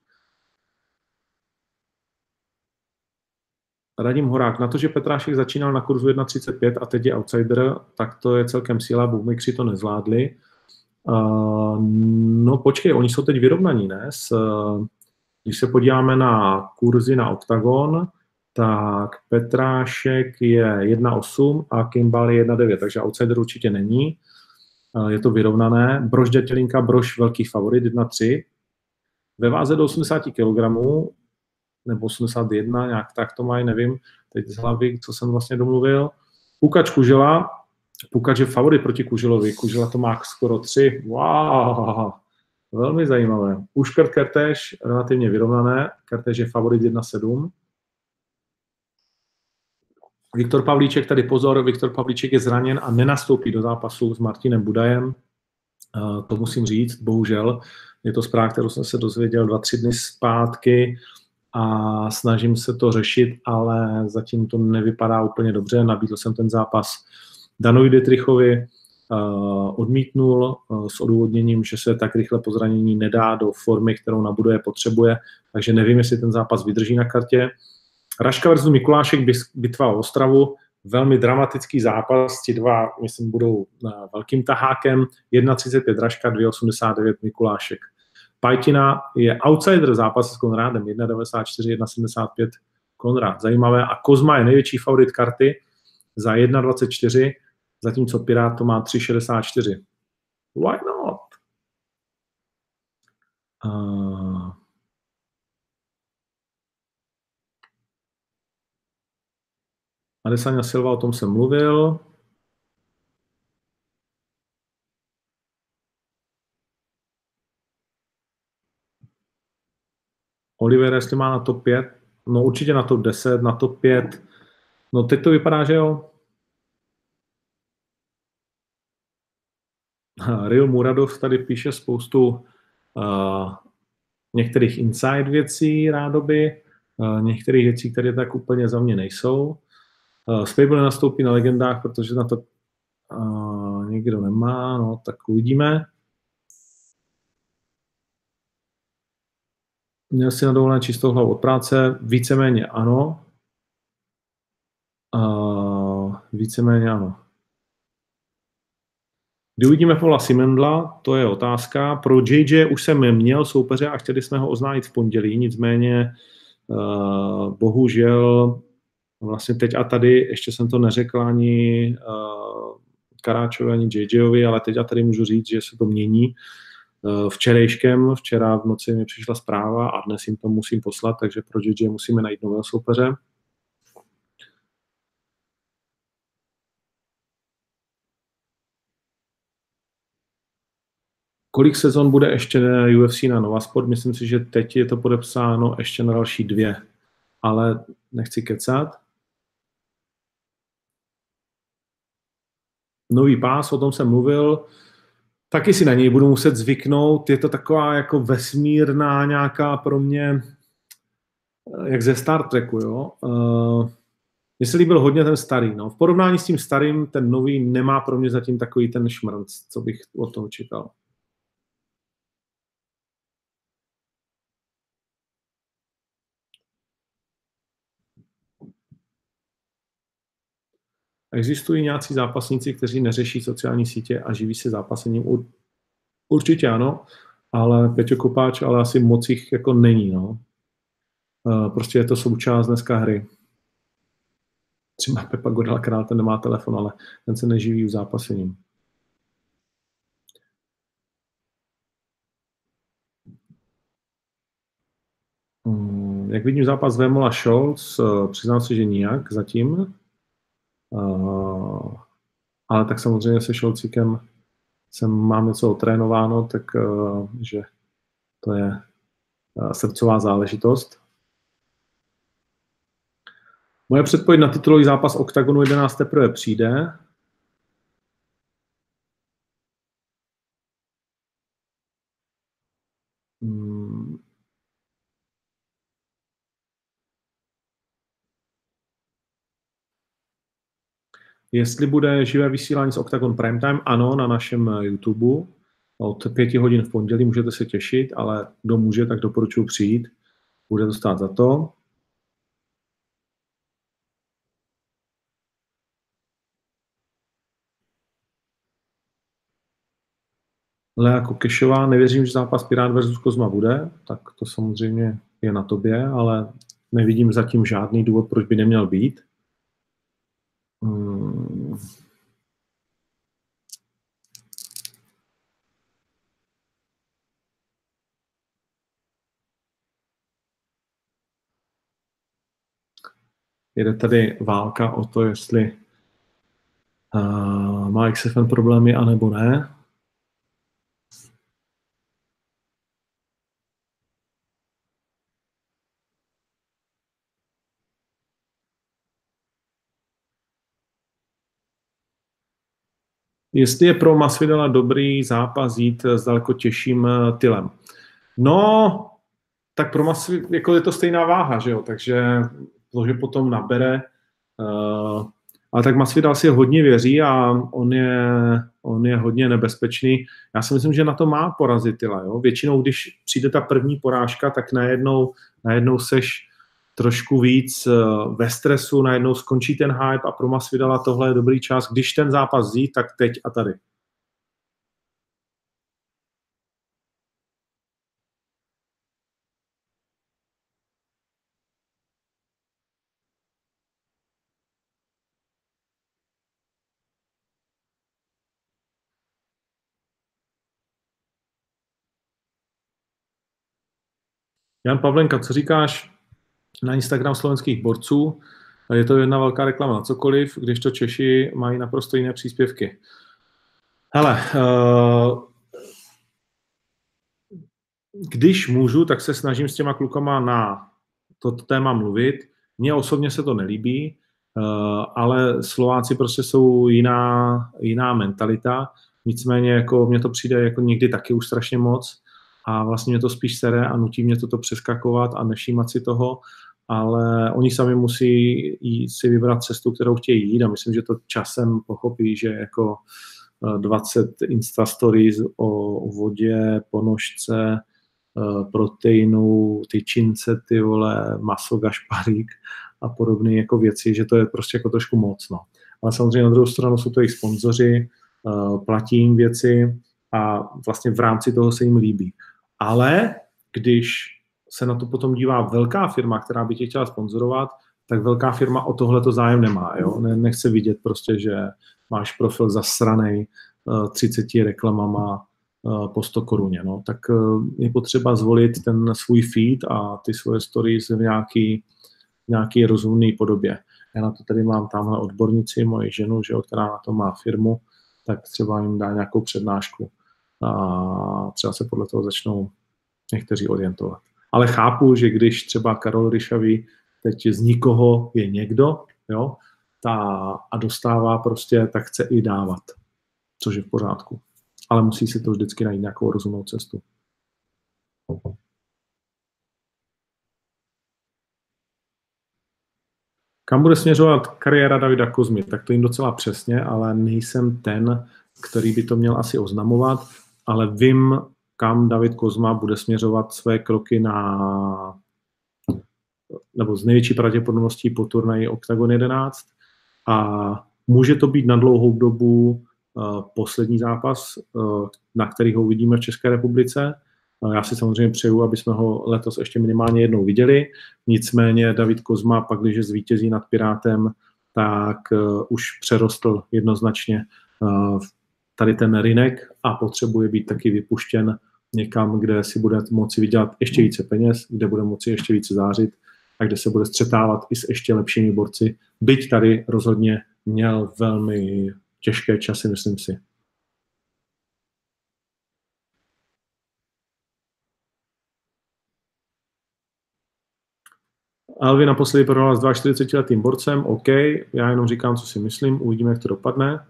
Radim Horák, na to, že Petrášek začínal na kurzu jedna třicet pět a teď je outsider, tak to je celkem síla, bookmakeri to nezvládli. Uh, no počkej, oni jsou teď vyrovnaní, ne? S, uh, když se podíváme na kurzy na Octagon, tak Petrášek je jedna osm a Kimball je jedna devět, takže outsider určitě není. Uh, je to vyrovnané. Brož Dětělinka, Brož velký favorit, jedna tři. Ve váze do osmdesát kilogramů, nebo osmdesát jedna, nějak tak to mají, nevím, teď z hlavy, co jsem vlastně domluvil. Pukač Kužela, Pukač je favorit proti Kuželovi, Kužela to má skoro tři, wow, velmi zajímavé. Uškrt Kertéš, relativně vyrovnané, Kertéš je favorit jedna sedm. Viktor Pavlíček, tady pozor, Viktor Pavlíček je zraněn a nenastoupí do zápasu s Martinem Budajem, to musím říct, bohužel, je to zpráva, kterou jsem se dozvěděl dva, tři dny zpátky, a snažím se to řešit, ale zatím to nevypadá úplně dobře. Nabídl jsem ten zápas Danovi Dietrichovi, uh, odmítnul uh, s odůvodněním, že se tak rychle po zranění nedá do formy, kterou na Budaje potřebuje, takže nevím, jestli ten zápas vydrží na kartě. Raška versus Mikulášek, bitva o Ostravu, velmi dramatický zápas, ti dva, myslím, budou velkým tahákem, jedna třicet pět Raška, dvě osmdesát devět Mikulášek. Pajtina je outsider zápasu s Konrádem, jedna devadesát čtyři, jedna sedmdesát pět Konrád, zajímavé. A Kozma je největší favorit karty za jedna dvacet čtyři, zatímco Pirát to má tři šedesát čtyři. Why not? Uh... Adesanya Silva, o tom jsem mluvil. Oliver, jestli má na top pět, no určitě na top deset, na top pět. No teď to vypadá, že jo. Real Muradov tady píše spoustu uh, některých inside věcí rádoby, uh, některých věcí, které tak úplně za mě nejsou. Uh, Spable nastoupí na legendách, protože na to uh, někdo nemá, no tak uvidíme. Měl si na dovolené čistou hlavu od práce, víceméně ano. Uh, víceméně ano. Kdy uvidíme Pavla Simendla, to je otázka. Pro J J už jsem měl soupeře a chtěli jsme ho oznámit v pondělí, nicméně uh, bohužel vlastně teď a tady, ještě jsem to neřekl ani uh, Karáčovi, ani J Jovi, ale teď a tady můžu říct, že se to mění. Uh, včerejškem, včera v noci mi přišla zpráva a dnes jim to musím poslat, takže pro J J musíme najít nového soupeře. Kolik sezon bude ještě U F C na Novasport? Myslím si, že teď je to podepsáno ještě na další dvě, ale nechci kecat. Nový pás, o tom jsem mluvil, taky si na něj budu muset zvyknout, je to taková jako vesmírná nějaká pro mě, jak ze Star Treku, jo. Uh, mně se líbil hodně ten starý, no. V porovnání s tím starým, ten nový nemá pro mě zatím takový ten šmrnc, co bych od toho čekal. Existují nějací zápasníci, kteří neřeší sociální sítě a živí se zápasením? Určitě ano, ale Peťo Kopáč, ale asi moc jich jako není. No. Prostě je to součást dneska hry. Třeba Pepa Godala Král, ten nemá telefon, ale ten se neživí zápasením. Jak vidím zápas Vémola Scholz, přiznám se, že nijak zatím. Uh, ale tak samozřejmě se Šolcíkem jsem mám něco otrénováno, tak uh, že to je uh, srdcová záležitost. Moje předpověď na titulový zápas Oktagonu jedenáct teprve přijde. Hmm. Jestli bude živé vysílání z Octagon Primetime, ano, na našem YouTube. Od pěti hodin v pondělí můžete se těšit, ale kdo může, tak doporučuji přijít. Bude to stát za to. Lea Kokešová, nevěřím, že zápas Pirát versus Kozma bude, tak to samozřejmě je na tobě, ale nevidím zatím žádný důvod, proč by neměl být. Hmm. Jede tady válka o to, jestli uh, má X F N problémy, anebo ne. Jestli je pro Masvidala dobrý zápas jít s daleko těžším Tylem. No, tak pro Masvidala, jako je to stejná váha, že jo, takže to, že potom nabere, uh, ale tak Masvidal si hodně věří a on je, on je hodně nebezpečný. Já si myslím, že na to má porazit Tyla, jo. Většinou, když přijde ta první porážka, tak najednou, najednou seš trošku víc ve stresu, najednou skončí ten hype a pro Masvidala tohle je dobrý čas. Když ten zápas vzít, tak teď a tady. Jan Pavlenka, co říkáš na Instagram slovenských borců? Je to jedna velká reklama na cokoliv, když to Češi mají naprosto jiné příspěvky. Hele, když můžu, tak se snažím s těma klukama na toto téma mluvit. Mně osobně se to nelíbí, ale Slováci prostě jsou jiná, jiná mentalita. Nicméně jako mně to přijde jako někdy taky už strašně moc a vlastně mě to spíš sere a nutí mě toto přeskakovat a nevšímat si toho, ale oni sami musí jít, si vybrat cestu, kterou chtějí jít a myslím, že to časem pochopí, že jako dvacet Insta stories o vodě, ponožce, proteinu, tyčince, ty vole, maso, gašparík a podobné jako věci, že to je prostě jako trošku moc, no. Ale samozřejmě na druhou stranu jsou to jejich sponzoři, platí jim věci a vlastně v rámci toho se jim líbí. Ale když se na to potom dívá velká firma, která by tě chtěla sponzorovat, tak velká firma o tohleto zájem nemá. Jo? Ne, nechce vidět prostě, že máš profil zasranej třiceti reklamama po sto koruně. No? Tak je potřeba zvolit ten svůj feed a ty svoje stories v nějaký, nějaký rozumný podobě. Já na to tady mám tamhle odbornici, moji ženu, že, která na to má firmu, tak třeba jim dá nějakou přednášku a třeba se podle toho začnou někteří orientovat. Ale chápu, že když třeba Karol Ryšavý teď z nikoho je někdo, jo, ta, a dostává prostě, tak chce i dávat, což je v pořádku. Ale musí si to vždycky najít nějakou rozumnou cestu. Kam bude směřovat kariéra Davida Kozmy? Tak to jim docela přesně, ale nejsem ten, který by to měl asi oznamovat, ale vím, kam David Kozma bude směřovat své kroky na, nebo z největší pravděpodobností po turnaji Octagon jedenáct a může to být na dlouhou dobu uh, poslední zápas, uh, na který ho uvidíme v České republice. Uh, já si samozřejmě přeju, aby jsme ho letos ještě minimálně jednou viděli, nicméně David Kozma pak, když zvítězí nad Pirátem, tak uh, už přerostl jednoznačně uh, tady ten rinek a potřebuje být taky vypuštěn někam, kde si bude moci vydělat ještě více peněz, kde bude moci ještě více zářit a kde se bude střetávat i s ještě lepšími borci. Byť tady rozhodně měl velmi těžké časy, myslím si. Alvin naposledy prohrál s čtyřicetiletým borcem, OK, já jenom říkám, co si myslím, uvidíme, jak to dopadne.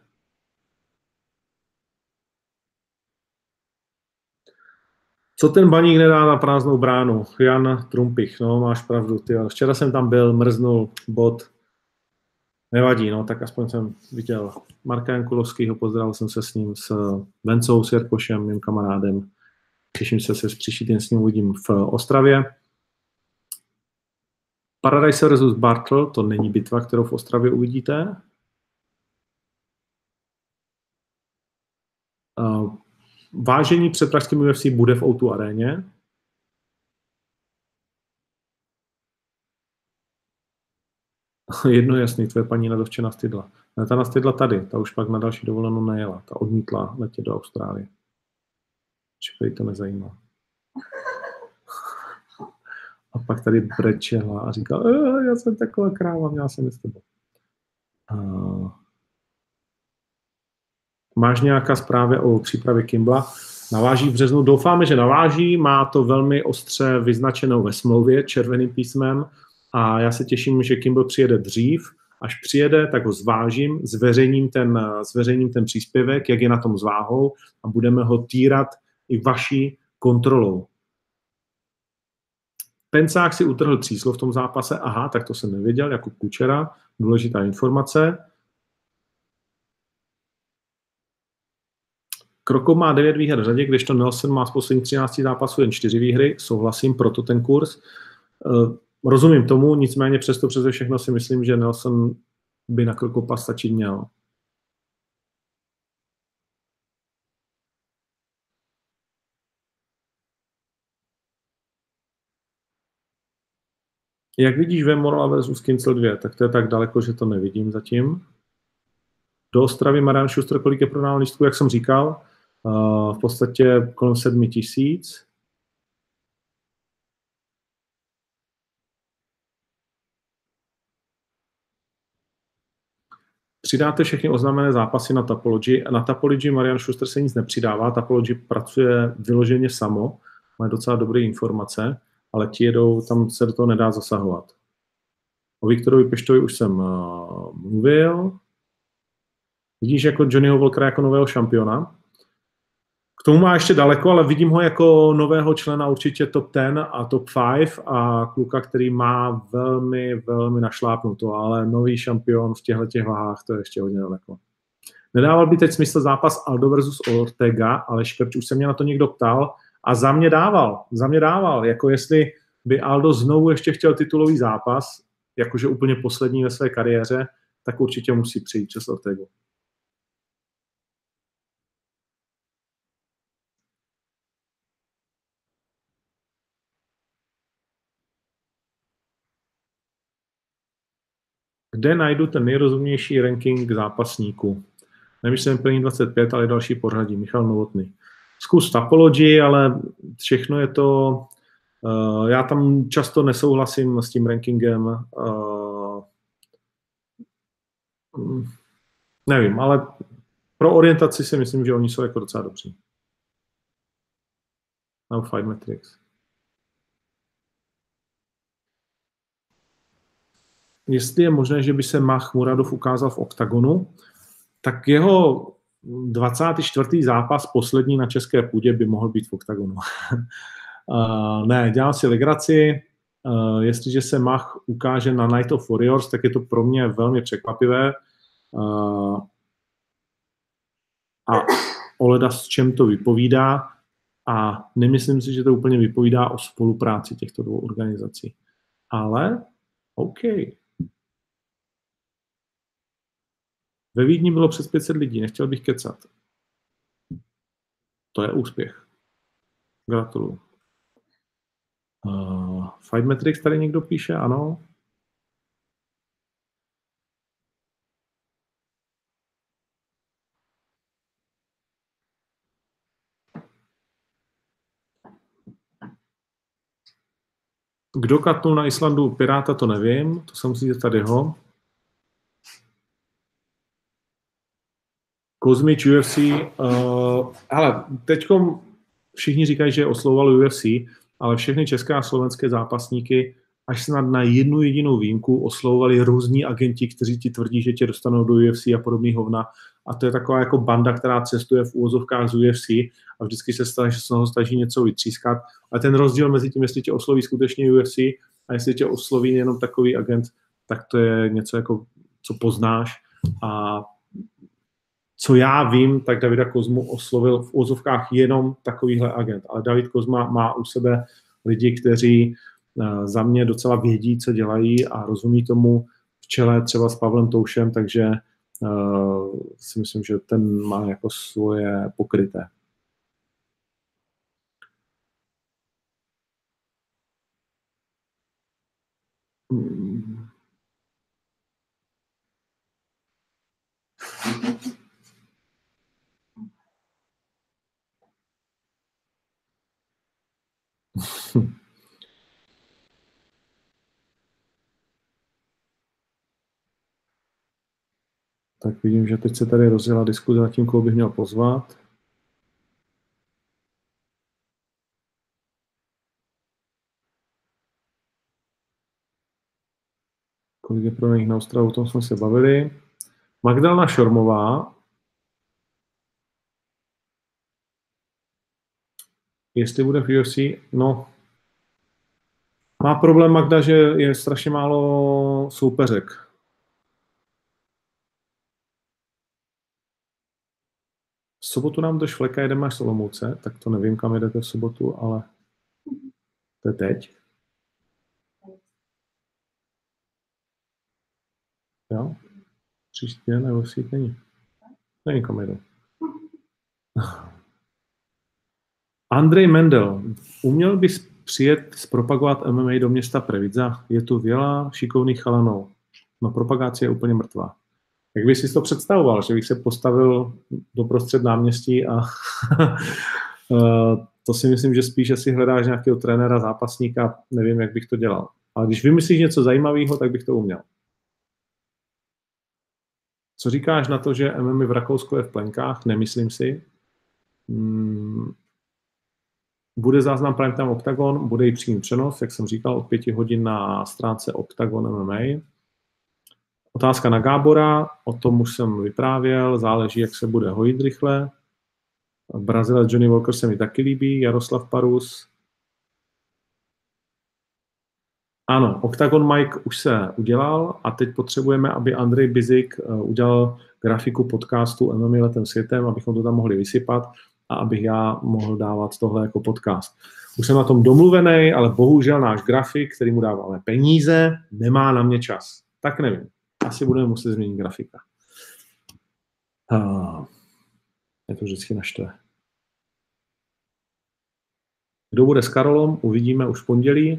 Co ten Baník nedá na prázdnou bránu? Jan Trumpich, no máš pravdu. Ty. Včera jsem tam byl, mrznul bod. Nevadí, no, tak aspoň jsem viděl Marka Jankulovského, pozdravil jsem se s ním, s Vencou, s Jirkošem, mým kamarádem. Těším se, se s příští týden s ním uvidím v Ostravě. Paradise versus Bartle, to není bitva, kterou v Ostravě uvidíte. Uh, Vážení před pražským U F C bude v O dva aréně. Jedno jasný, tvoje paní nadovčena stydla. Ne, ta nastydla tady, ta už pak na další dovolenou nejela. Ta odmítla letět do Austrálie. Čekaj, to nezajímá. A pak tady brečela a říkala, e, já jsem taková kráva, měla jsem s tebou. Uh, máš nějaká zpráva o přípravě Kimbla? Naváží v březnu? Doufáme, že naváží. Má to velmi ostře vyznačenou ve smlouvě červeným písmem a já se těším, že Kimbl přijede dřív. Až přijede, tak ho zvážím, zveřejním ten, zveřejním ten příspěvek, jak je na tom s váhou a budeme ho týrat i vaší kontrolou. Pencák si utrhl tříslo v tom zápase. Aha, tak to jsem nevěděl, jako Kučera. Důležitá informace. Krokov má devět výher v řadě, kdežto Nelson má z posledních třinácti zápasů jen čtyři výhry. Souhlasím, proto ten kurz. rozumím tomu, nicméně přesto přeze všechno si myslím, že Nelson by na Krkopa stačit měl. Jak vidíš Vemorla versus Kincel dva, tak to je tak daleko, že to nevidím zatím. Do Ostravy Marian Schuster, kolik je prodán lístků, jak jsem říkal, v podstatě kolem sedmi tisíc. Přidáte všechny oznámené zápasy na Tapology. Na Tapology Marian Schuster se nic nepřidává, Tapology pracuje vyloženě samo, má docela dobré informace, ale ti jedou, tam se do toho nedá zasahovat. O Viktorovi Peštovi už jsem uh, mluvil. Vidíš jako Johnnyho Walkera jako nového šampiona. K tomu má ještě daleko, ale vidím ho jako nového člena určitě top deset a top pět a kluka, který má velmi, velmi našlápnuto, ale nový šampion v těchto těch váhách, to je ještě hodně daleko. Nedával by teď smysl zápas Aldo versus Ortega, ale Škrč, už se mě na to někdo ptal a za mě dával, za mě dával, jako jestli by Aldo znovu ještě chtěl titulový zápas, jakože úplně poslední ve své kariéře, tak určitě musí přijít přes Ortegu. Kde najdu ten nejrozumnější ranking zápasníků? Nemyslím plný dvacet pět, ale další pořadí. Michal Novotný. Zkus Tapology, ale všechno je to... Uh, já tam často nesouhlasím s tím rankingem. Uh, nevím, ale pro orientaci si myslím, že oni jsou jako docela dobří. No, Fight Matrix. Jestli je možné, že by se Mach Muradov ukázal v oktagonu, tak jeho dvacátý čtvrtý zápas, poslední na české půdě, by mohl být v oktagonu. uh, ne, dělám si legraci. Uh, jestliže se Mach ukáže na Night of Warriors, tak je to pro mě velmi překvapivé. Uh, a oleda s čem to vypovídá a nemyslím si, že to úplně vypovídá o spolupráci těchto dvou organizací. Ale OK. Ve Vídni bylo přes pět set lidí, nechtěl bych kecat. To je úspěch. Gratuluju. Uh, Fight Matrix tady někdo píše, ano. Kdo katnul na Islandu Piráta, to nevím, to se musíte tady ho. Kozmič U F C, uh, hele, teďkom všichni říkají, že oslovoval U F C, ale všechny české a slovenské zápasníky až snad na jednu jedinou výjimku oslovovali různí agenti, kteří ti tvrdí, že tě dostanou do U F C a podobný hovna. A to je taková jako banda, která cestuje v úvozovkách z U F C a vždycky se stane, že se ho snaží něco vytřískat. A ten rozdíl mezi tím, jestli tě osloví skutečně U F C a jestli tě osloví jenom takový agent, tak to je něco jako, co poznáš. A co já vím, tak Davida Kozmu oslovil v úvozovkách jenom takovýhle agent. Ale David Kozma má u sebe lidi, kteří za mě docela vědí, co dělají a rozumí tomu, v čele třeba s Pavlem Toušem, takže uh, si myslím, že ten má jako svoje pokryté. Hmm. Tak vidím, že teď se tady rozjela diskuze nad tím, koho bych měl pozvat. Kolik je pro nich na Ostravu, o tom jsme se bavili. Magdalena Šormová, jestli bude v U F C, no, má problém Magda, že je strašně málo soupeřek. V sobotu nám do Švleka jedeme až Olomouce, tak to nevím, kam jedete v sobotu, ale to je teď. Jo? Příští den nebo si není. Není komedu. Andrej Mendel. Uměl bys přijet zpropagovat M M A do města Previdza? Je tu věla šikovných chalanů. No propagace je úplně mrtvá. Jak bys si to představoval, že bych se postavil do prostřed náměstí a to si myslím, že spíš asi hledáš nějakého trenéra, zápasníka, nevím, jak bych to dělal. Ale když vymyslíš něco zajímavého, tak bych to uměl. Co říkáš na to, že M M A v Rakousku je v plenkách? Nemyslím si. Hmm. Bude záznam Prime Time Octagon, bude i přímý přenos, jak jsem říkal, od pěti hodin na stránce Octagon M M A. Otázka na Gábora, o tom už jsem vyprávěl, záleží, jak se bude hojit rychle. Brazilec Johnny Walker se mi taky líbí, Jaroslav Parus. Ano, Octagon Mike už se udělal a teď potřebujeme, aby Andrej Bizik udělal grafiku podcastu M M A letem světem, abychom to tam mohli vysypat a abych já mohl dávat tohle jako podcast. Už jsem na tom domluvený, ale bohužel náš grafik, který mu dáváme peníze, nemá na mě čas. Tak nevím. Asi budeme muset změnit grafika. Ah, je to vždycky naštve. Kdo bude s Karolem, uvidíme už v pondělí.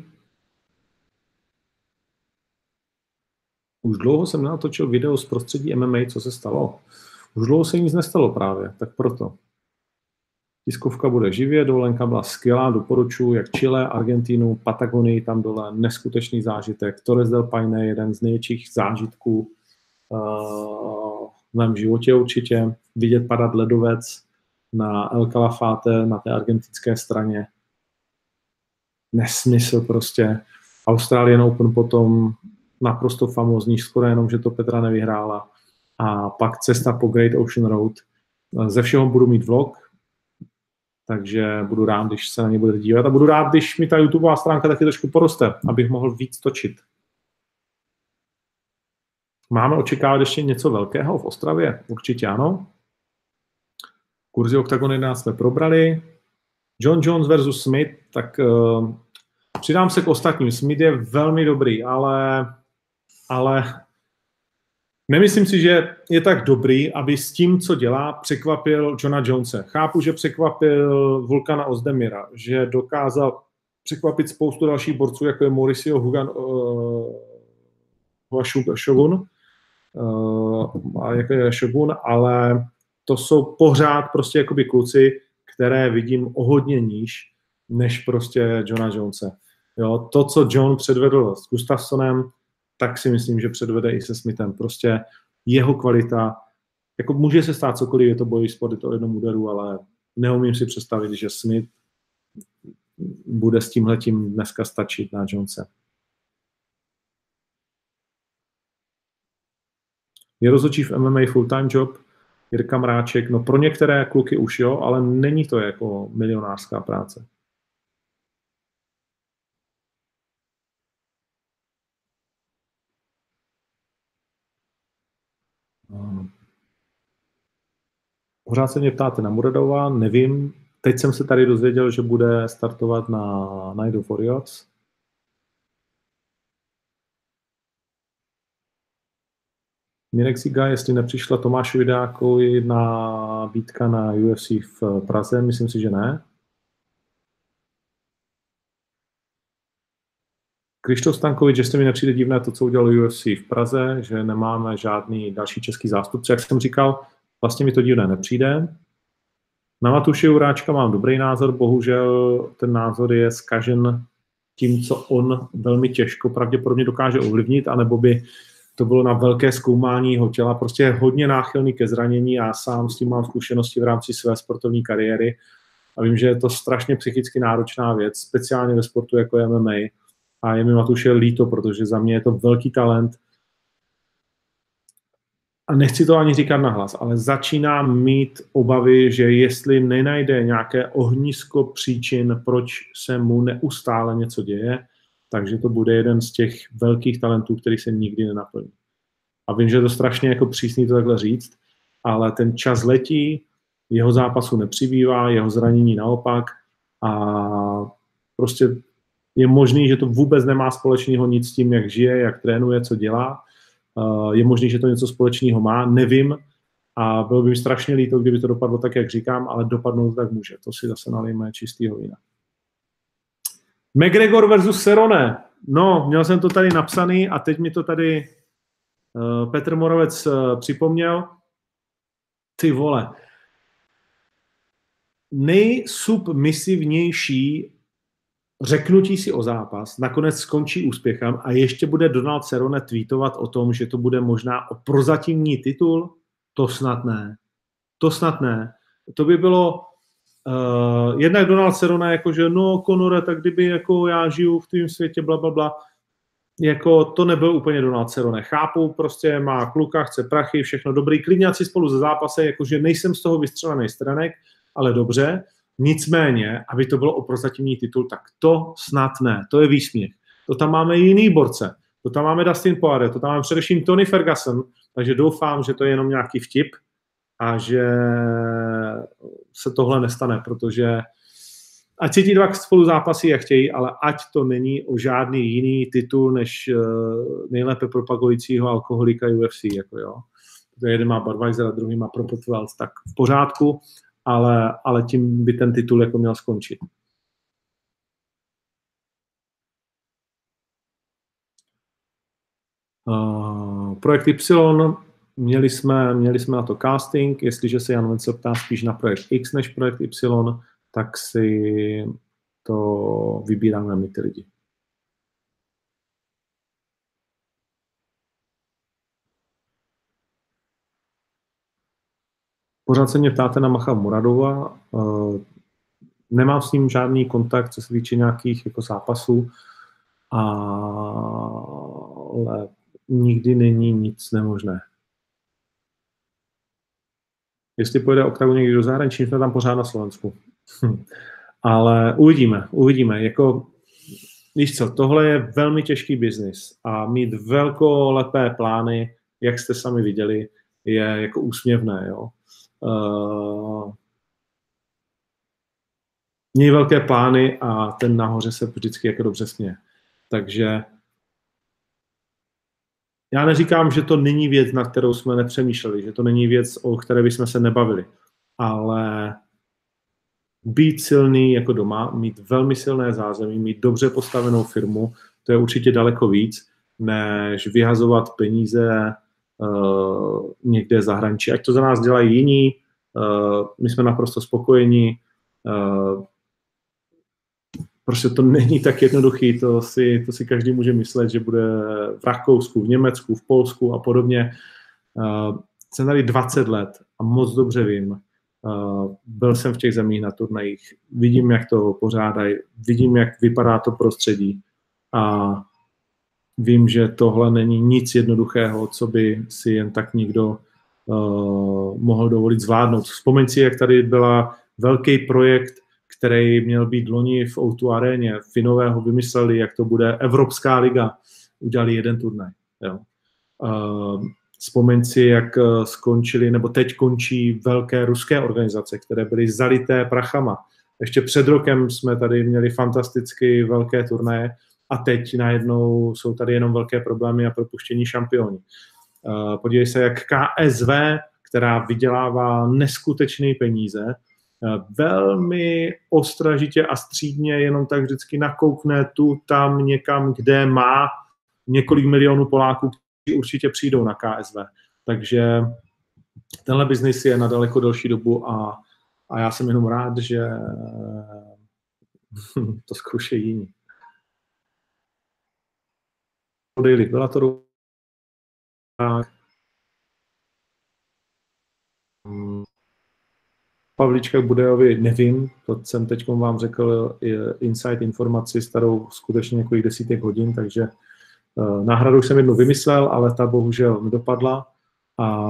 Už dlouho jsem natočil video z prostředí M M A, co se stalo. Už dlouho se nic nestalo právě, tak proto. Tiskovka bude živě, dovolenka byla skvělá, doporučuji jak Chile, Argentínu, Patagonii, tam dole neskutečný zážitek. Torres del Paine, jeden z největších zážitků uh, v mém životě určitě. Vidět padat ledovec na El Calafate, na té argentinské straně. Nesmysl prostě. Australian Open potom naprosto famózní, skoro jenom, že to Petra nevyhrála. A pak cesta po Great Ocean Road. Ze všeho budu mít vlog, takže budu rád, když se na ně budete dívat a budu rád, když mi ta YouTubeová stránka taky trošku poroste, abych mohl víc točit. Máme očekávat ještě něco velkého v Ostravě? Určitě ano. Kurzy Octagon jedenáct jsme probrali. John Jones versus Smith, tak uh, přidám se k ostatním. Smith je velmi dobrý, ale, ale nemyslím si, že je tak dobrý, aby s tím, co dělá, překvapil Johna Jonese. Chápu, že překvapil Vulkana Ozdemira, že dokázal překvapit spoustu dalších borců, jako je Mauricio Hugan, uh, Shogun, uh, a jako je Shogun, ale to jsou pořád prostě jakoby kluci, které vidím o hodně níž, než prostě Johna Jonese. Jo, to, co John předvedl s Gustafsonem, tak si myslím, že předvede i se Smithem. Prostě jeho kvalita, jako může se stát cokoliv, je to bojový sport, je to o jednom úderu, ale neumím si představit, že Smith bude s tímhletím dneska stačit na Jonese. Je rozhodčí v M M A full-time job? Jirka Mráček, no pro některé kluky už jo, ale není to jako milionářská práce. Pořád se mě ptáte na Muradova, nevím. Teď jsem se tady dozvěděl, že bude startovat na Night of Warriors. Mirek Ziga, jestli nepřišla Tomášovi Dákovi na bítka na U F C v Praze, myslím si, že ne. Krištof Stankovič, že jste mi nepřijde divné to, co udělal U F C v Praze, že nemáme žádný další český zástupce. Jak jsem říkal, vlastně mi to divné nepřijde. Na Matuše Juráčka mám dobrý názor, bohužel ten názor je zkažen tím, co on velmi těžko pravděpodobně dokáže ovlivnit, anebo by to bylo na velké zkoumání jeho těla. Prostě je hodně náchylný ke zranění, já sám s tím mám zkušenosti v rámci své sportovní kariéry a vím, že je to strašně psychicky náročná věc, speciálně ve sportu jako je M M A. A je mi Matuše líto, protože za mě je to velký talent. A nechci to ani říkat nahlas, ale začínám mít obavy, že jestli nenajde nějaké ohnisko příčin, proč se mu neustále něco děje, takže to bude jeden z těch velkých talentů, který se nikdy nenaplní. A vím, že je to strašně jako přísný to takhle říct, ale ten čas letí, jeho zápasu nepřibývá, jeho zranění naopak a prostě je možný, že to vůbec nemá společného nic s tím, jak žije, jak trénuje, co dělá Je možné, že to něco společného má, nevím. A bylo by mi strašně líto, kdyby to dopadlo tak, jak říkám, ale dopadnout tak může. To si zase nalijeme čistýho vína. McGregor versus Cerrone. No, měl jsem to tady napsaný a teď mi to tady uh, Petr Moravec uh, připomněl. Ty vole. Nejsubmisivnější řeknutí si o zápas nakonec skončí úspěchem a ještě bude Donald Cerrone tweetovat o tom, že to bude možná o prozatímní titul. To snad ne. To snad ne. To by bylo uh, jednak Donald Cerrone jakože no Conore, tak kdyby jako já žiju v tom světě bla bla bla. Jako to nebyl úplně Donald Cerrone. Chápu, prostě má kluka, chce prachy, všechno dobrý. Klidně si spolu ze zápase, jakože nejsem z toho vystřelený stranek, ale dobře. Nicméně, aby to bylo o prozatímní titul, tak to snad ne. To je výsměch. To tam máme jiný borce. To tam máme Dustin Poirier, to tam máme především Tony Ferguson, takže doufám, že to je jenom nějaký vtip a že se tohle nestane, protože ať si ti dva spolu zápasy, jak chtějí, ale ať to není o žádný jiný titul, než nejlépe propagujícího alkoholika U F C. Jako jo. Jeden má Budweiser a druhý má Prophet Wealth, tak v pořádku, ale, ale tím by ten titul jako měl skončit. Uh, projekt Y, měli jsme, měli jsme na to casting, jestliže se Jan Vencel ptá spíš na projekt X než projekt Y, tak si to vybíráme my ty lidi. Pořád se mě ptáte na Macha Muradova, uh, nemám s ním žádný kontakt, co se týče nějakých jako zápasů, ale nikdy není nic nemožné. Jestli pojede Octagon někdy do zahraničí, jsme tam pořád na Slovensku. Ale uvidíme, uvidíme. Jako, víš co, tohle je velmi těžký biznis a mít velkolepé plány, jak jste sami viděli, je jako úsměvné. Jo? Uh, měj velké plány a ten nahoře se vždycky jako dobře směje. Takže já neříkám, že to není věc, na kterou jsme nepřemýšleli, že to není věc, o které bychom se nebavili, ale být silný jako doma, mít velmi silné zázemí, mít dobře postavenou firmu, to je určitě daleko víc, než vyhazovat peníze uh, někde zahraničí. Ať to za nás dělají jiní, uh, my jsme naprosto spokojení, uh, prostě to není tak jednoduchý, to si, to si každý může myslet, že bude v Rakousku, v Německu, v Polsku a podobně. Uh, jsem tady dvacet let a moc dobře vím. Uh, byl jsem v těch zemích na turnajích, vidím, jak to pořádají, vidím, jak vypadá to prostředí a vím, že tohle není nic jednoduchého, co by si jen tak někdo uh, mohl dovolit zvládnout. Vzpomeň si, jak tady byla velký projekt, který měl být loni v O dva aréně. Finové ho vymysleli, jak to bude Evropská liga. Udělali jeden turnaj. Jo. Uh, vzpomeň si, jak skončili, nebo teď končí velké ruské organizace, které byly zalité prachama. Ještě před rokem jsme tady měli fantasticky velké turnaje a teď najednou jsou tady jenom velké problémy a propuštění šampioni. Uh, podívej se, jak K S V, která vydělává neskutečné peníze, velmi ostražitě a střídně jenom tak vždycky nakoukne tu tam někam, kde má několik milionů Poláků, kteří určitě přijdou na K S V. Takže tenhle biznis je na daleko delší dobu a, a já jsem jenom rád, že to zkoušejí jiní. Daily Bellatoru. Pavlíčka Budejovi nevím, to jsem teď vám řekl insight informaci starou skutečně několik desítek hodin, takže uh, náhradu jsem jednu vymyslel, ale ta bohužel nedopadla a,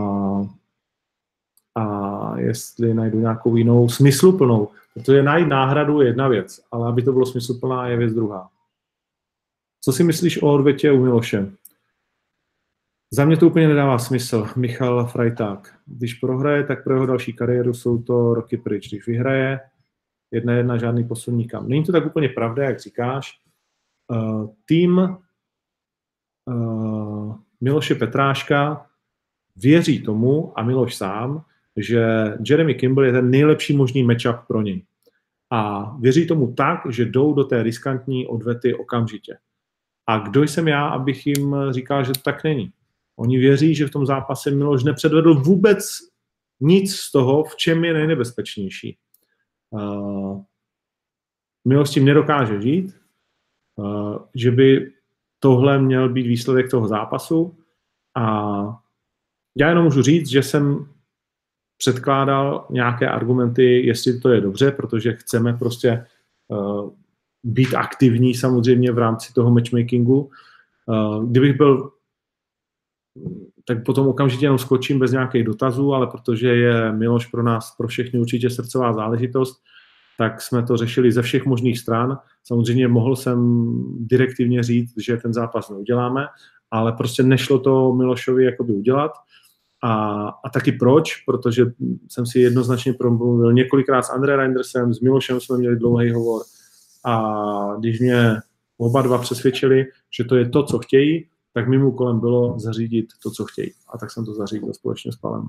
a jestli najdu nějakou jinou smysluplnou, protože najít náhradu je jedna věc, ale aby to bylo smysluplná je věc druhá. Co si myslíš o odvětě u Miloše? Za mě to úplně nedává smysl. Michal Frajták. Když prohraje, tak pro jeho další kariéru jsou to roky pryč. Když vyhraje, jedna jedna, žádný posun nikam. Není to tak úplně pravda, jak říkáš. Uh, tým, uh, Miloše Petráška věří tomu, a Miloš sám, že Jeremy Kimball je ten nejlepší možný matchup pro něj. A věří tomu tak, že jdou do té riskantní odvety okamžitě. A kdo jsem já, abych jim říkal, že to tak není? Oni věří, že v tom zápase Miloš nepředvedl vůbec nic z toho, v čem je nejnebezpečnější. Uh, Miloš s tím nedokáže žít, uh, že by tohle měl být výsledek toho zápasu. A já jenom můžu říct, že jsem předkládal nějaké argumenty, jestli to je dobře, protože chceme prostě uh, být aktivní samozřejmě v rámci toho matchmakingu. Uh, kdybych byl, tak potom okamžitě jenom skočím bez nějakých dotazů, ale protože je Miloš pro nás, pro všechny určitě srdcová záležitost, tak jsme to řešili ze všech možných stran. Samozřejmě mohl jsem direktivně říct, že ten zápas neuděláme, ale prostě nešlo to Milošovi jakoby udělat. A, a taky proč? Protože jsem si jednoznačně promluvil několikrát s Andre Reindersem, s Milošem jsme měli dlouhý hovor a když mě oba dva přesvědčili, že to je to, co chtějí, tak mým úkolem bylo zařídit to, co chtějí. A tak jsem to zařídil společně s Palem.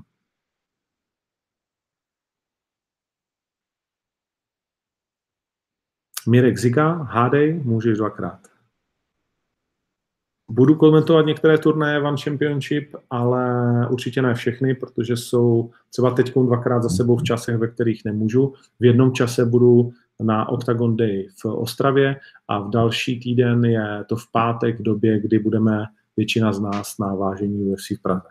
Mirek Ziga, hádej, můžeš dvakrát. Budu komentovat některé turnaje One Championship, ale určitě ne všechny, protože jsou třeba teď dvakrát za sebou v časech, ve kterých nemůžu. V jednom čase budu na Octagon Day v Ostravě a v další týden je to v pátek v době, kdy budeme většina z nás na vážení U F C v Praze.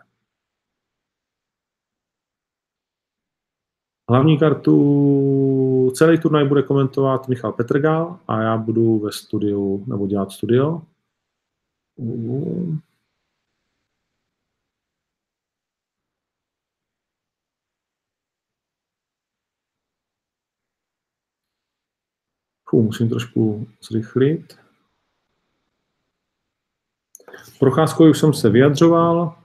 Hlavní kartu, celý turnaj bude komentovat Michal Petrgal a já budu ve studiu, nebo dělat studio. Uh. Fuh, musím trošku zrychlit. Procházkou už jsem se vyjadřoval.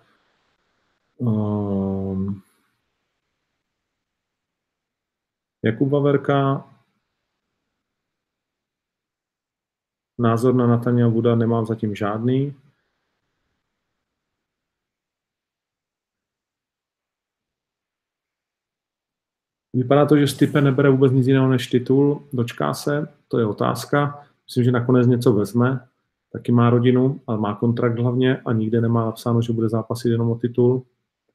Um. Jakub Vaverka. Názor na Nathaniela Wooda nemám zatím žádný. Vypadá to, že Stipe nebere vůbec nic jiného než titul. Dočká se, to je otázka. Myslím, že nakonec něco vezme. Taky má rodinu, ale má kontrakt hlavně a nikde nemá napsáno, že bude zápasit jenom o titul.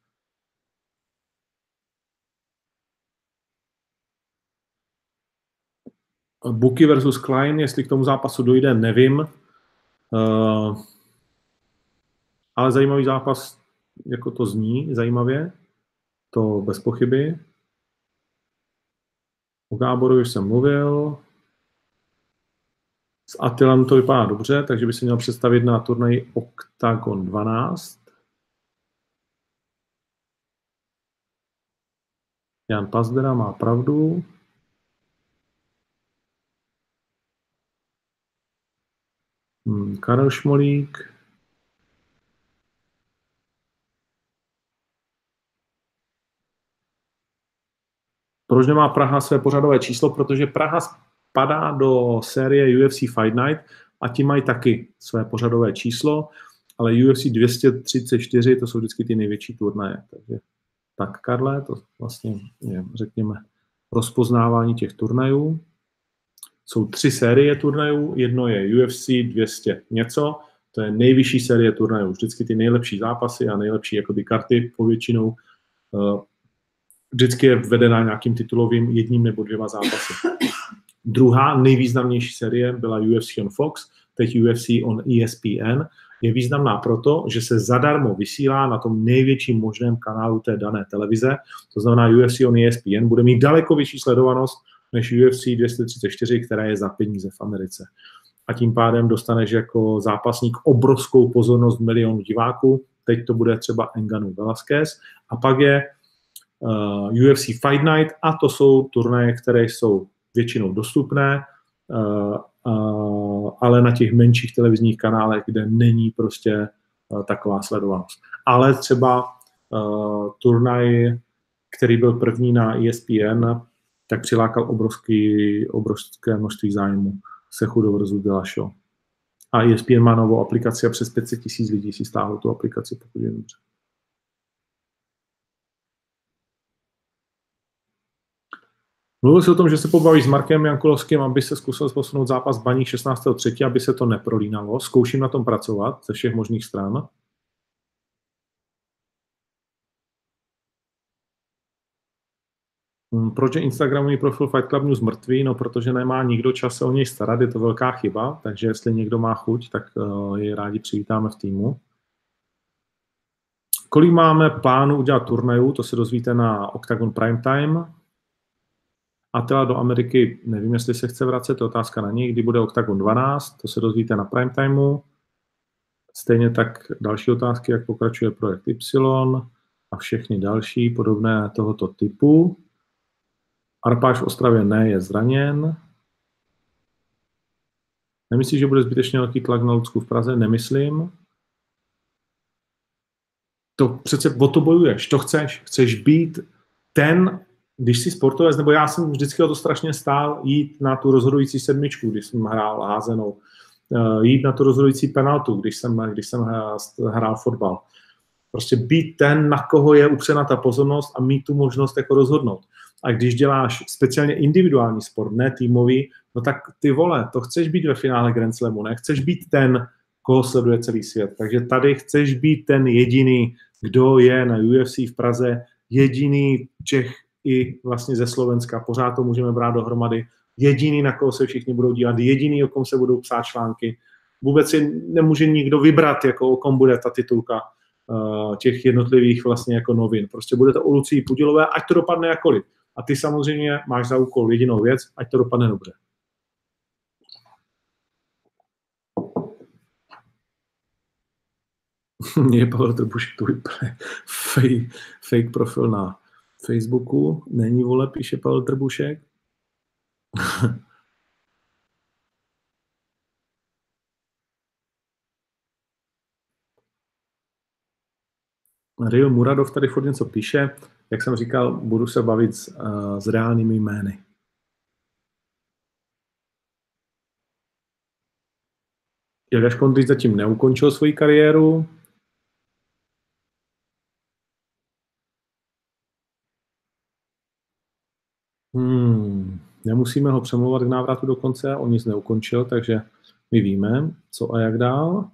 Buki versus Klein, jestli k tomu zápasu dojde, nevím. Uh, ale zajímavý zápas, jako to zní, zajímavě. To bez pochyby. O Gáborovi už jsem mluvil. S Attilem to vypadá dobře, takže by se měl představit na turnaji Octagon dvanáct. Jan Pazdera má pravdu. Hmm, Karel Šmolík. Proč nemá Praha své pořadové číslo? Protože Praha spadá do série U F C Fight Night a ti mají taky své pořadové číslo, ale U F C dvě stě třicet čtyři to jsou vždycky ty největší turnaje. Takže tak, Karle, to vlastně je, řekněme, rozpoznávání těch turnajů. Jsou tři série turnajů, jedno je U F C dvě stě něco, to je nejvyšší série turnajů, vždycky ty nejlepší zápasy a nejlepší jakoby karty povětšinou. Vždycky je vedená nějakým titulovým jedním nebo dvěma zápasy. Druhá nejvýznamnější série byla U F C on Fox, teď U F C on E S P N. Je významná proto, že se zadarmo vysílá na tom největším možném kanálu té dané televize. To znamená, U F C on E S P N bude mít daleko vyšší sledovanost než U F C dvě stě třicet čtyři, která je za peníze v Americe. A tím pádem dostaneš jako zápasník obrovskou pozornost milionů diváků. Teď to bude třeba Ngannou Velasquez. A pak je uh, U F C Fight Night a to jsou turnaje, které jsou většinou dostupné, uh, uh, ale na těch menších televizních kanálech, kde není prostě uh, taková sledovanost. Ale třeba uh, turnaj, který byl první na E S P N, tak přilákal obrovský, obrovské množství zájmu. Cejudo versus Dillashaw. A E S P N má novou aplikaci a přes pět set tisíc lidí si stáhlo tu aplikaci, pokud je dobře. Mluvil jsi o tom, že se pobavíš s Markem Jankulovským, aby se zkusil posunout zápas Baník šestnáctého třetího aby se to neprolínalo. Zkouším na tom pracovat ze všech možných stran. Proč je Instagramový profil Fight Club News mrtvý? No, protože nemá nikdo čas se o něj starat, je to velká chyba, takže jestli někdo má chuť, tak je rádi přivítáme v týmu. Kolik máme plánu udělat turnajů, to se dozvíte na Octagon Prime Time. Attila do Ameriky, nevím, jestli se chce vracet, to je otázka na něj, kdy bude Octagon dvanáct, to se dozvíte na Prime Timeu. Stejně tak další otázky, jak pokračuje projekt Y a všechny další podobné tohoto typu. Arpáš v Ostravě ne, je zraněn. Nemyslíš, že bude zbytečně velký tlak na Lucku v Praze? Nemyslím. To přece o to bojuješ, to chceš. Chceš být ten, když jsi sportovec, nebo já jsem vždycky o to strašně stál, jít na tu rozhodující sedmičku, když jsem hrál házenou, jít na tu rozhodující penaltu, když jsem, když jsem hrál fotbal. Prostě být ten, na koho je upřena ta pozornost a mít tu možnost jako rozhodnout. A když děláš speciálně individuální sport, ne týmový, no tak ty vole, to chceš být ve finále Grand Slamu, ne? Chceš být ten, koho sleduje celý svět. Takže tady chceš být ten jediný, kdo je na U F C v Praze, jediný Čech i vlastně ze Slovenska, pořád to můžeme brát dohromady, jediný, na koho se všichni budou dívat, jediný, o kom se budou psát články. Vůbec si nemůže nikdo vybrat, jako o kom bude ta titulka uh, těch jednotlivých vlastně jako novin. Prostě bude to o Lucii Pudilové, ať to dopadne jakkoliv. A ty samozřejmě máš za úkol jedinou věc, ať to dopadne dobře. Je Pavel Trbušek, to vypadá fake, fake profil na Facebooku. Není, vole, píše Pavel Trbušek. Rio Muradov tady furt něco píše. Jak jsem říkal, budu se bavit s, uh, s reálnými jmény. Ilja Škondrič zatím neukončil svoji kariéru. Hmm, nemusíme ho přemlouvat k návratu do konce, on nic neukončil, takže my víme, co a jak dál.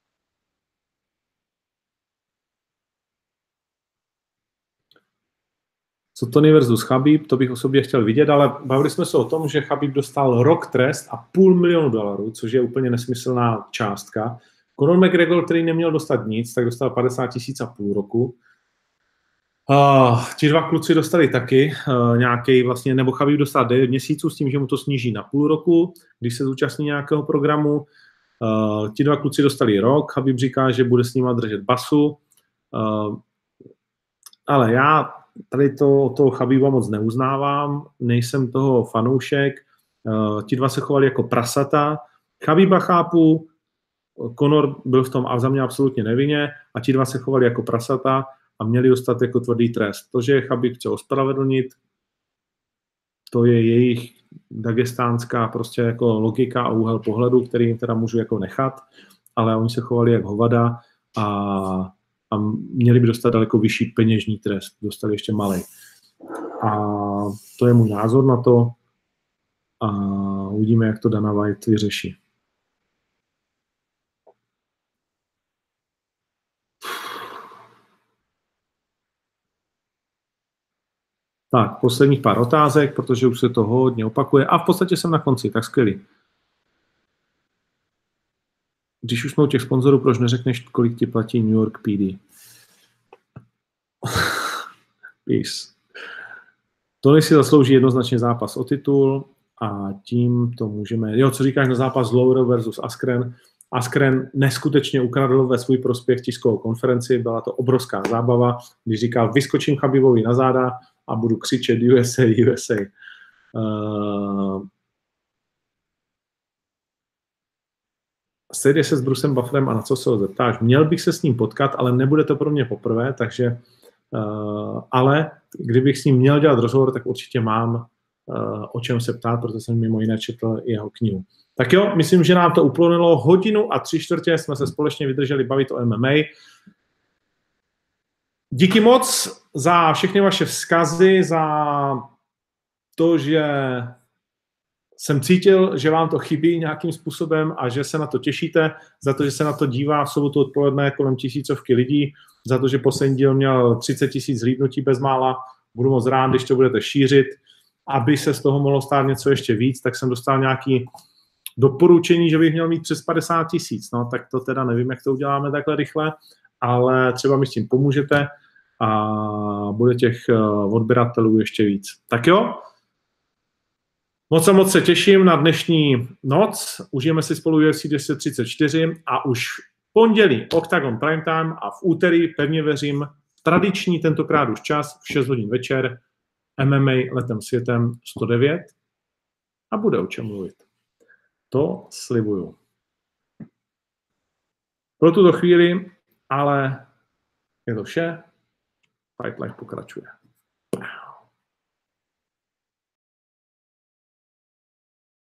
Co Tony versus Chabib, to bych osobně chtěl vidět, ale bavili jsme se o tom, že Chabib dostal rok trest a půl milionu dolarů, což je úplně nesmyslná částka. Conor McGregor, který neměl dostat nic, tak dostal padesát tisíc a půl roku. Uh, ti dva kluci dostali taky uh, nějaký vlastně, nebo Chabib dostal devět měsíců s tím, že mu to sníží na půl roku, když se zúčastní nějakého programu. Uh, ti dva kluci dostali rok, Chabib říká, že bude s nima držet basu. Uh, ale já tady to, toho Chabiba moc neuznávám, nejsem toho fanoušek. Uh, ti dva se chovali jako prasata. Chabiba chápu, Conor byl v tom a za mě absolutně nevinně a ti dva se chovali jako prasata a měli dostat jako tvrdý trest. To, že Chabib chce ospravedlnit, to je jejich dagestánská prostě jako logika a úhel pohledu, který jim teda můžu jako nechat, ale oni se chovali jak hovada a, a měli by dostat daleko vyšší peněžní trest. Dostali ještě malej. A to je můj názor na to a uvidíme, jak to Dana White vyřeší. Tak, posledních pár otázek, protože už se to hodně opakuje. A v podstatě jsem na konci, tak skvělý. Když už jsme u těch sponzorů, proč neřekneš, kolik ti platí New York P D? Peace. Tony si zaslouží jednoznačně zápas o titul a tím to můžeme... Jo, co říkáš na zápas Lawler versus Askren? Askren neskutečně ukradl ve svůj prospěch tiskovou konferenci, byla to obrovská zábava, když říkal, vyskočím Chabibovi na záda a budu křičet U S A, U S A. Uh, Sejde se s Brucem Bufferem a na co se ho zeptáš? Měl bych se s ním potkat, ale nebude to pro mě poprvé, takže uh, ale kdybych s ním měl dělat rozhovor, tak určitě mám o čem se ptát, protože jsem mimo jiné četl jeho knihu. Tak jo, myslím, že nám to uplynilo hodinu a tři čtvrtě, jsme se společně vydrželi bavit o M M A. Díky moc za všechny vaše vzkazy, za to, že jsem cítil, že vám to chybí nějakým způsobem a že se na to těšíte, za to, že se na to dívá v sobotu odpoledne kolem tisícovky lidí, za to, že poslední díl měl třicet tisíc zhlídnutí bezmála. Budu moc rád, když to budete šířit. Aby se z toho mohlo stát něco ještě víc, tak jsem dostal nějaké doporučení, že bych měl mít přes padesát tisíc. No, tak to teda nevím, jak to uděláme takhle rychle, ale třeba mi s tím pomůžete a bude těch odběratelů ještě víc. Tak jo, moc a moc se těším na dnešní noc. Užijeme si spolu U F C dva set třicet čtyři a už pondělí Octagon Prime Time a v úterý, pevně věřím, tradiční tentokrát už čas v šest hodin večer, M M A letem světem sto devět a bude o čem mluvit. To slibuju. Pro tuto chvíli, ale je to vše. Fight Life pokračuje.